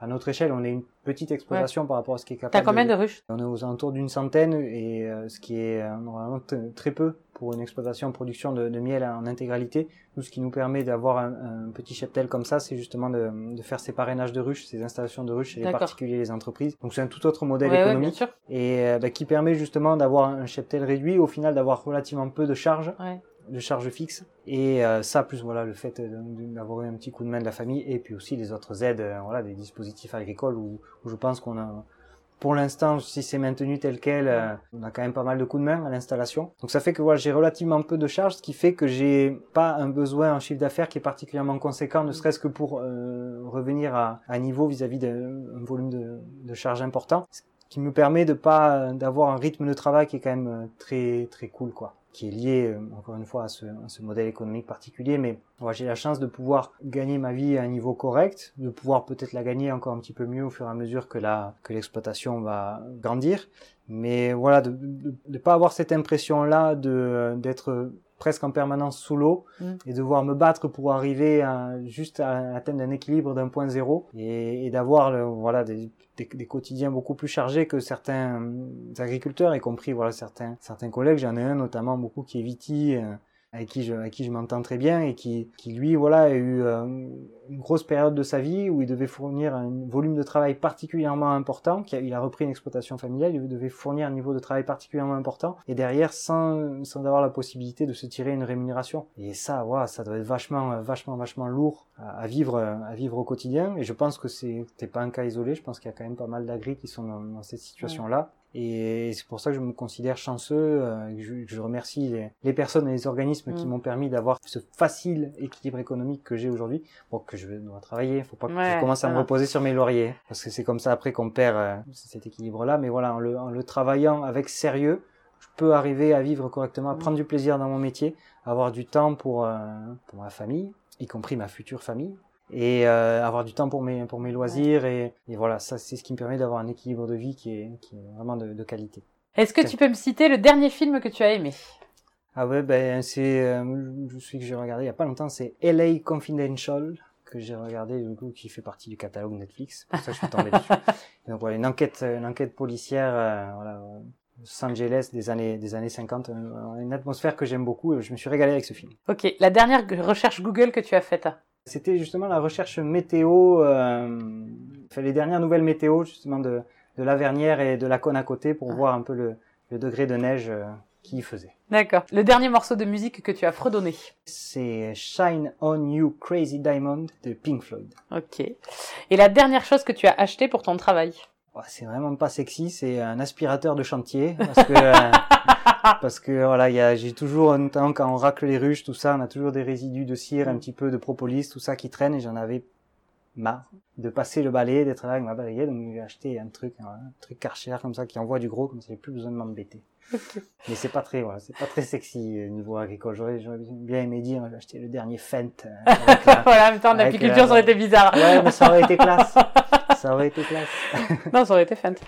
à notre échelle, on est une petite exploitation ouais. par rapport à ce qui est capable. T'as combien de, de ruches? On est aux alentours d'une centaine, et euh, ce qui est euh, normalement t- très peu pour une exploitation en production de, de miel en intégralité. Nous, ce qui nous permet d'avoir un, un petit cheptel comme ça, c'est justement de, de faire ces parrainages de ruches, ces installations de ruches chez les D'accord. particuliers et les entreprises. Donc c'est un tout autre modèle ouais, économique ouais, et euh, bah, qui permet justement d'avoir un cheptel réduit, au final d'avoir relativement peu de charges. Ouais. de charges fixes et euh, ça plus voilà le fait d'avoir eu un petit coup de main de la famille et puis aussi les autres aides euh, voilà des dispositifs agricoles où, où je pense qu'on a pour l'instant si c'est maintenu tel quel euh, on a quand même pas mal de coups de main à l'installation, donc ça fait que voilà j'ai relativement peu de charges, ce qui fait que j'ai pas un besoin en chiffre d'affaires qui est particulièrement conséquent, ne serait-ce que pour euh, revenir à, à niveau vis-à-vis d'un volume de, de charges important, ce qui me permet de pas d'avoir un rythme de travail qui est quand même très très cool quoi, qui est lié, encore une fois, à ce, à ce modèle économique particulier. Mais ouais, j'ai la chance de pouvoir gagner ma vie à un niveau correct, de pouvoir peut-être la gagner encore un petit peu mieux au fur et à mesure que la que l'exploitation va grandir. Mais voilà, de ne pas avoir cette impression-là de d'être presque en permanence sous l'eau mmh. et devoir me battre pour arriver à, juste à atteindre un équilibre d'un point zéro et, et d'avoir le, voilà des, des, des quotidiens beaucoup plus chargés que certains agriculteurs, y compris voilà certains certains collègues. J'en ai un notamment beaucoup qui est Viti, euh, avec qui je avec qui je m'entends très bien et qui qui lui voilà a eu euh, une grosse période de sa vie où il devait fournir un volume de travail particulièrement important, qui a, il a repris une exploitation familiale, il devait fournir un niveau de travail particulièrement important et derrière sans sans avoir la possibilité de se tirer une rémunération. Et ça voilà, ça doit être vachement vachement vachement lourd à, à vivre à vivre au quotidien, et je pense que c'est c'est pas un cas isolé, je pense qu'il y a quand même pas mal d'agris qui sont dans, dans cette situation-là. Ouais. Et c'est pour ça que je me considère chanceux, euh, que, je, que je remercie les, les personnes et les organismes mmh. qui m'ont permis d'avoir ce facile équilibre économique que j'ai aujourd'hui. Bon, que je dois travailler, faut pas que ouais, je commence à me reposer sur mes lauriers, parce que c'est comme ça après qu'on perd euh, cet équilibre-là. Mais voilà, en le, en le travaillant avec sérieux, je peux arriver à vivre correctement, à prendre du plaisir dans mon métier, à avoir du temps pour, euh, pour ma famille, y compris ma future famille. Et euh, avoir du temps pour mes pour mes loisirs ouais. et, et voilà, ça c'est ce qui me permet d'avoir un équilibre de vie qui est qui est vraiment de, de qualité. Est-ce que tu peux me citer le dernier film que tu as aimé? Ah ouais, ben c'est euh, je suis que j'ai regardé il y a pas longtemps, c'est L A Confidential que j'ai regardé, du coup qui fait partie du catalogue Netflix, pour ça que je suis tombé dessus. Donc voilà, une enquête une enquête policière euh, voilà Los Angeles des années des années cinquante, une atmosphère que j'aime beaucoup et je me suis régalé avec ce film. OK, la dernière recherche Google que tu as faite? C'était justement la recherche météo, euh, les dernières nouvelles météo justement de, de Lavernière et de Laconne à côté pour ah. voir un peu le, le degré de neige euh, qu'il y faisait. D'accord. Le dernier morceau de musique que tu as fredonné? C'est Shine On You Crazy Diamond de Pink Floyd. Ok. Et la dernière chose que tu as acheté pour ton travail? Oh, c'est vraiment pas sexy, c'est un aspirateur de chantier parce que euh, parce que voilà, il y a j'ai toujours notamment quand on racle les ruches, tout ça, on a toujours des résidus de cire, un petit peu de propolis, tout ça qui traîne et j'en avais marre de passer le balai, d'être là avec ma balayette, donc j'ai acheté un truc un, un truc Karcher comme ça qui envoie du gros, comme ça j'ai plus besoin de m'embêter. Okay. Mais c'est pas très voilà, c'est pas très sexy niveau agricole. J'aurais, j'aurais bien aimé dire j'ai acheté le dernier Fendt. Euh, la, voilà, en même temps l'apiculture euh, ça aurait été bizarre. Ouais, mais ça aurait été classe. Ça aurait été classe. Non, ça aurait été Fendt.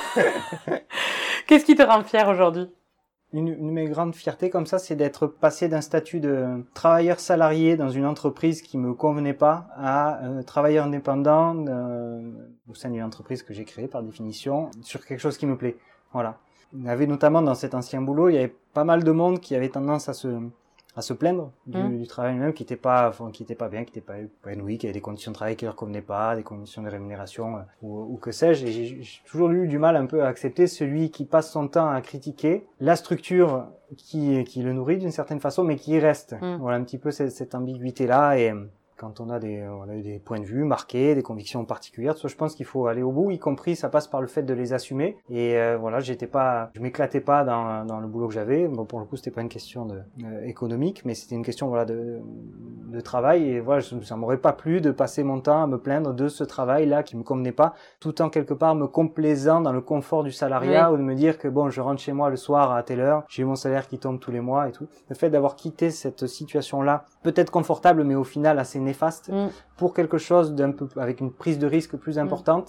Qu'est-ce qui te rend fier aujourd'hui? Une, une de mes grandes fiertés comme ça, c'est d'être passé d'un statut de travailleur salarié dans une entreprise qui me convenait pas à euh, travailleur indépendant euh, au sein d'une entreprise que j'ai créée par définition sur quelque chose qui me plaît. Voilà. Il y avait notamment dans cet ancien boulot, il y avait pas mal de monde qui avait tendance à se à se plaindre du, mmh. du travail lui-même, qui était pas, enfin, qui était pas bien, qui était pas épanoui, qui avait des conditions de travail qui leur convenaient pas, des conditions de rémunération, euh, ou, ou que sais-je. Et j'ai, j'ai toujours eu du mal un peu à accepter celui qui passe son temps à critiquer la structure qui, qui le nourrit d'une certaine façon, mais qui y reste. Mmh. Voilà un petit peu cette, cette ambiguïté-là. Et quand on a des, on a des points de vue marqués, des convictions particulières, je pense qu'il faut aller au bout, y compris ça passe par le fait de les assumer. Et euh, voilà, j'étais pas, je m'éclatais pas dans, dans le boulot que j'avais. Bon, pour le coup, c'était pas une question de, euh, économique, mais c'était une question voilà de, de travail. Et voilà, ça m'aurait pas plu de passer mon temps à me plaindre de ce travail-là qui me convenait pas, tout en quelque part me complaisant dans le confort du salariat, oui. Ou de me dire que bon, je rentre chez moi le soir à telle heure, j'ai mon salaire qui tombe tous les mois et tout. Le fait d'avoir quitté cette situation-là, peut-être confortable, mais au final assez néfaste, mm. pour quelque chose d'un peu avec une prise de risque plus importante,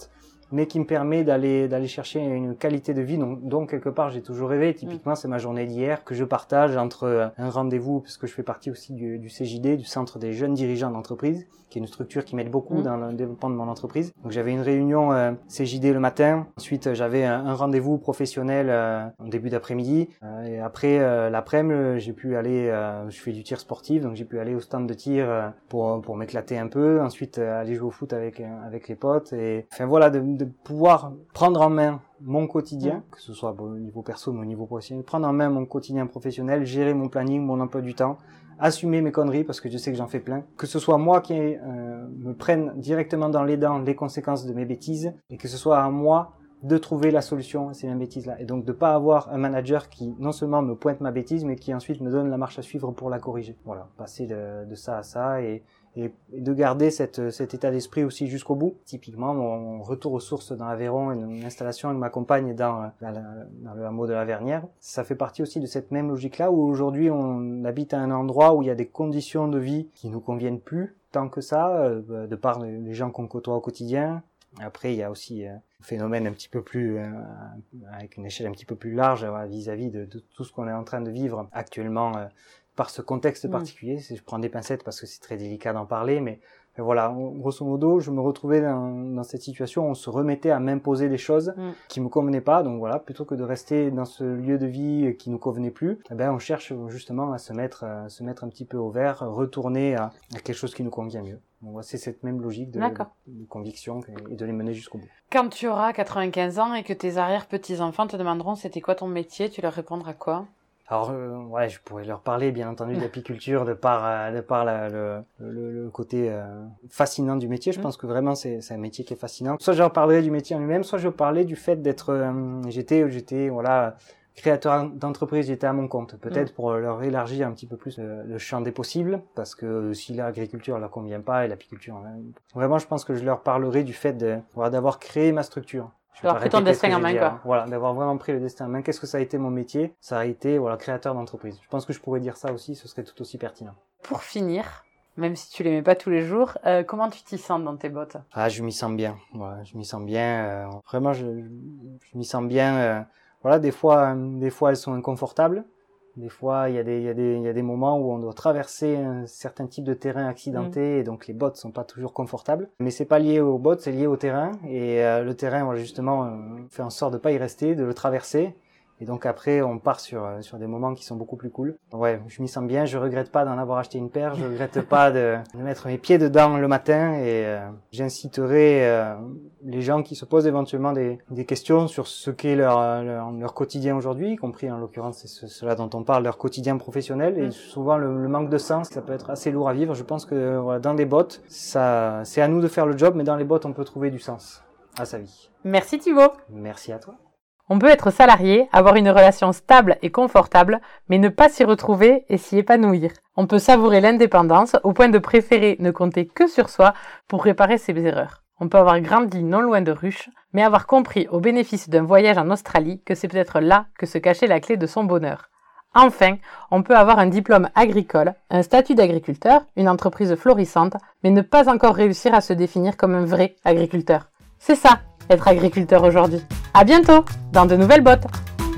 mais qui me permet d'aller d'aller chercher une qualité de vie dont, dont quelque part j'ai toujours rêvé. Typiquement, mmh. c'est ma journée d'hier que je partage entre un rendez-vous, parce que je fais partie aussi du, du C J D, du Centre des jeunes dirigeants d'entreprise, qui est une structure qui m'aide beaucoup mmh. dans le développement de mon entreprise. Donc j'avais une réunion euh, C J D le matin, ensuite j'avais un, un rendez-vous professionnel euh, en début d'après-midi, euh, et après euh, l'après-midi j'ai pu aller, euh, je fais du tir sportif, donc j'ai pu aller au stand de tir euh, pour pour m'éclater un peu, ensuite euh, aller jouer au foot avec euh, avec les potes, et enfin voilà, de, de pouvoir prendre en main mon quotidien, mmh. que ce soit bon, au niveau perso ou au niveau professionnel, prendre en main mon quotidien professionnel, gérer mon planning, mon emploi du temps, assumer mes conneries parce que je sais que j'en fais plein, que ce soit moi qui euh, me prenne directement dans les dents les conséquences de mes bêtises, et que ce soit à moi de trouver la solution à ces mêmes bêtises-là, et donc de pas avoir un manager qui non seulement me pointe ma bêtise, mais qui ensuite me donne la marche à suivre pour la corriger. Voilà, passer de, de ça à ça, et et de garder cette, cet état d'esprit aussi jusqu'au bout. Typiquement, mon retour aux sources dans l'Aveyron et mon installation avec ma compagne dans, dans, la, dans le hameau de la Vernière, ça fait partie aussi de cette même logique-là, où aujourd'hui on habite à un endroit où il y a des conditions de vie qui nous conviennent plus tant que ça, de par les gens qu'on côtoie au quotidien. Après, il y a aussi un phénomène un petit peu plus, euh, avec une échelle un petit peu plus large, euh, vis-à-vis de, de tout ce qu'on est en train de vivre actuellement, euh, par ce contexte particulier. Je prends des pincettes parce que c'est très délicat d'en parler, mais, mais voilà, grosso modo, je me retrouvais dans, dans cette situation où on se remettait à m'imposer des choses mm. qui me convenaient pas. Donc voilà, plutôt que de rester dans ce lieu de vie qui nous convenait plus, eh ben on cherche justement à se mettre, à se mettre un petit peu au vert, retourner à, à quelque chose qui nous convient mieux. Donc c'est cette même logique de, de conviction et de les mener jusqu'au bout. Quand tu auras quatre-vingt-quinze ans et que tes arrière-petits-enfants te demanderont c'était quoi ton métier, tu leur répondras quoi ? Alors euh, ouais, je pourrais leur parler bien entendu d'apiculture de par euh, de par la, le, le le côté euh, fascinant du métier. Je mmh. pense que vraiment c'est c'est un métier qui est fascinant. Soit je leur parlerai du métier en lui-même, soit je parlais du fait d'être euh, j'étais j'étais voilà créateur d'entreprise, j'étais à mon compte. Peut-être mmh. pour leur élargir un petit peu plus le, le champ des possibles, parce que si l'agriculture leur convient pas et l'apiculture, hein, vraiment je pense que je leur parlerai du fait de voilà, d'avoir créé ma structure. D'avoir pris ton destin en main, quoi. Voilà, d'avoir vraiment pris le destin en main. Qu'est-ce que ça a été mon métier ? Ça a été, voilà, créateur d'entreprise. Je pense que je pourrais dire ça aussi, ce serait tout aussi pertinent. Pour finir, même si tu les mets pas tous les jours, euh, comment tu t'y sens dans tes bottes ? Ah, je m'y sens bien. Voilà, je m'y sens bien. Euh, vraiment, je, je m'y sens bien. Euh, voilà, des fois, des fois, elles sont inconfortables. Des fois, il y a des, il y a des, il y a des moments où on doit traverser un certain type de terrain accidenté, mmh. et donc les bottes sont pas toujours confortables. Mais c'est pas lié aux bottes, c'est lié au terrain. Et euh, le terrain, voilà, justement, euh, fait en sorte de pas y rester, de le traverser. Et donc après, on part sur sur des moments qui sont beaucoup plus cool. Ouais, je m'y sens bien. Je regrette pas d'en avoir acheté une paire. Je regrette pas de, de mettre mes pieds dedans le matin. Et euh, j'inciterai euh, les gens qui se posent éventuellement des des questions sur ce qu'est leur leur, leur quotidien aujourd'hui, y compris en l'occurrence c'est ce, cela dont on parle, leur quotidien professionnel. Et souvent le, le manque de sens, ça peut être assez lourd à vivre. Je pense que voilà, dans des bottes, ça c'est à nous de faire le job, mais dans les bottes, on peut trouver du sens à sa vie. Merci Thibaut. Merci à toi. On peut être salarié, avoir une relation stable et confortable, mais ne pas s'y retrouver et s'y épanouir. On peut savourer l'indépendance au point de préférer ne compter que sur soi pour réparer ses erreurs. On peut avoir grandi non loin de Ruche, mais avoir compris au bénéfice d'un voyage en Australie que c'est peut-être là que se cachait la clé de son bonheur. Enfin, on peut avoir un diplôme agricole, un statut d'agriculteur, une entreprise florissante, mais ne pas encore réussir à se définir comme un vrai agriculteur. C'est ça, être agriculteur aujourd'hui. À bientôt dans de nouvelles bottes.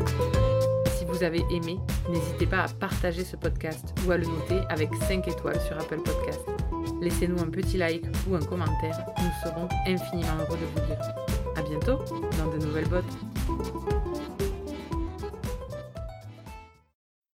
Si vous avez aimé, n'hésitez pas à partager ce podcast ou à le noter avec cinq étoiles sur Apple Podcast. Laissez-nous un petit like ou un commentaire, nous serons infiniment heureux de vous lire. À bientôt dans de nouvelles bottes.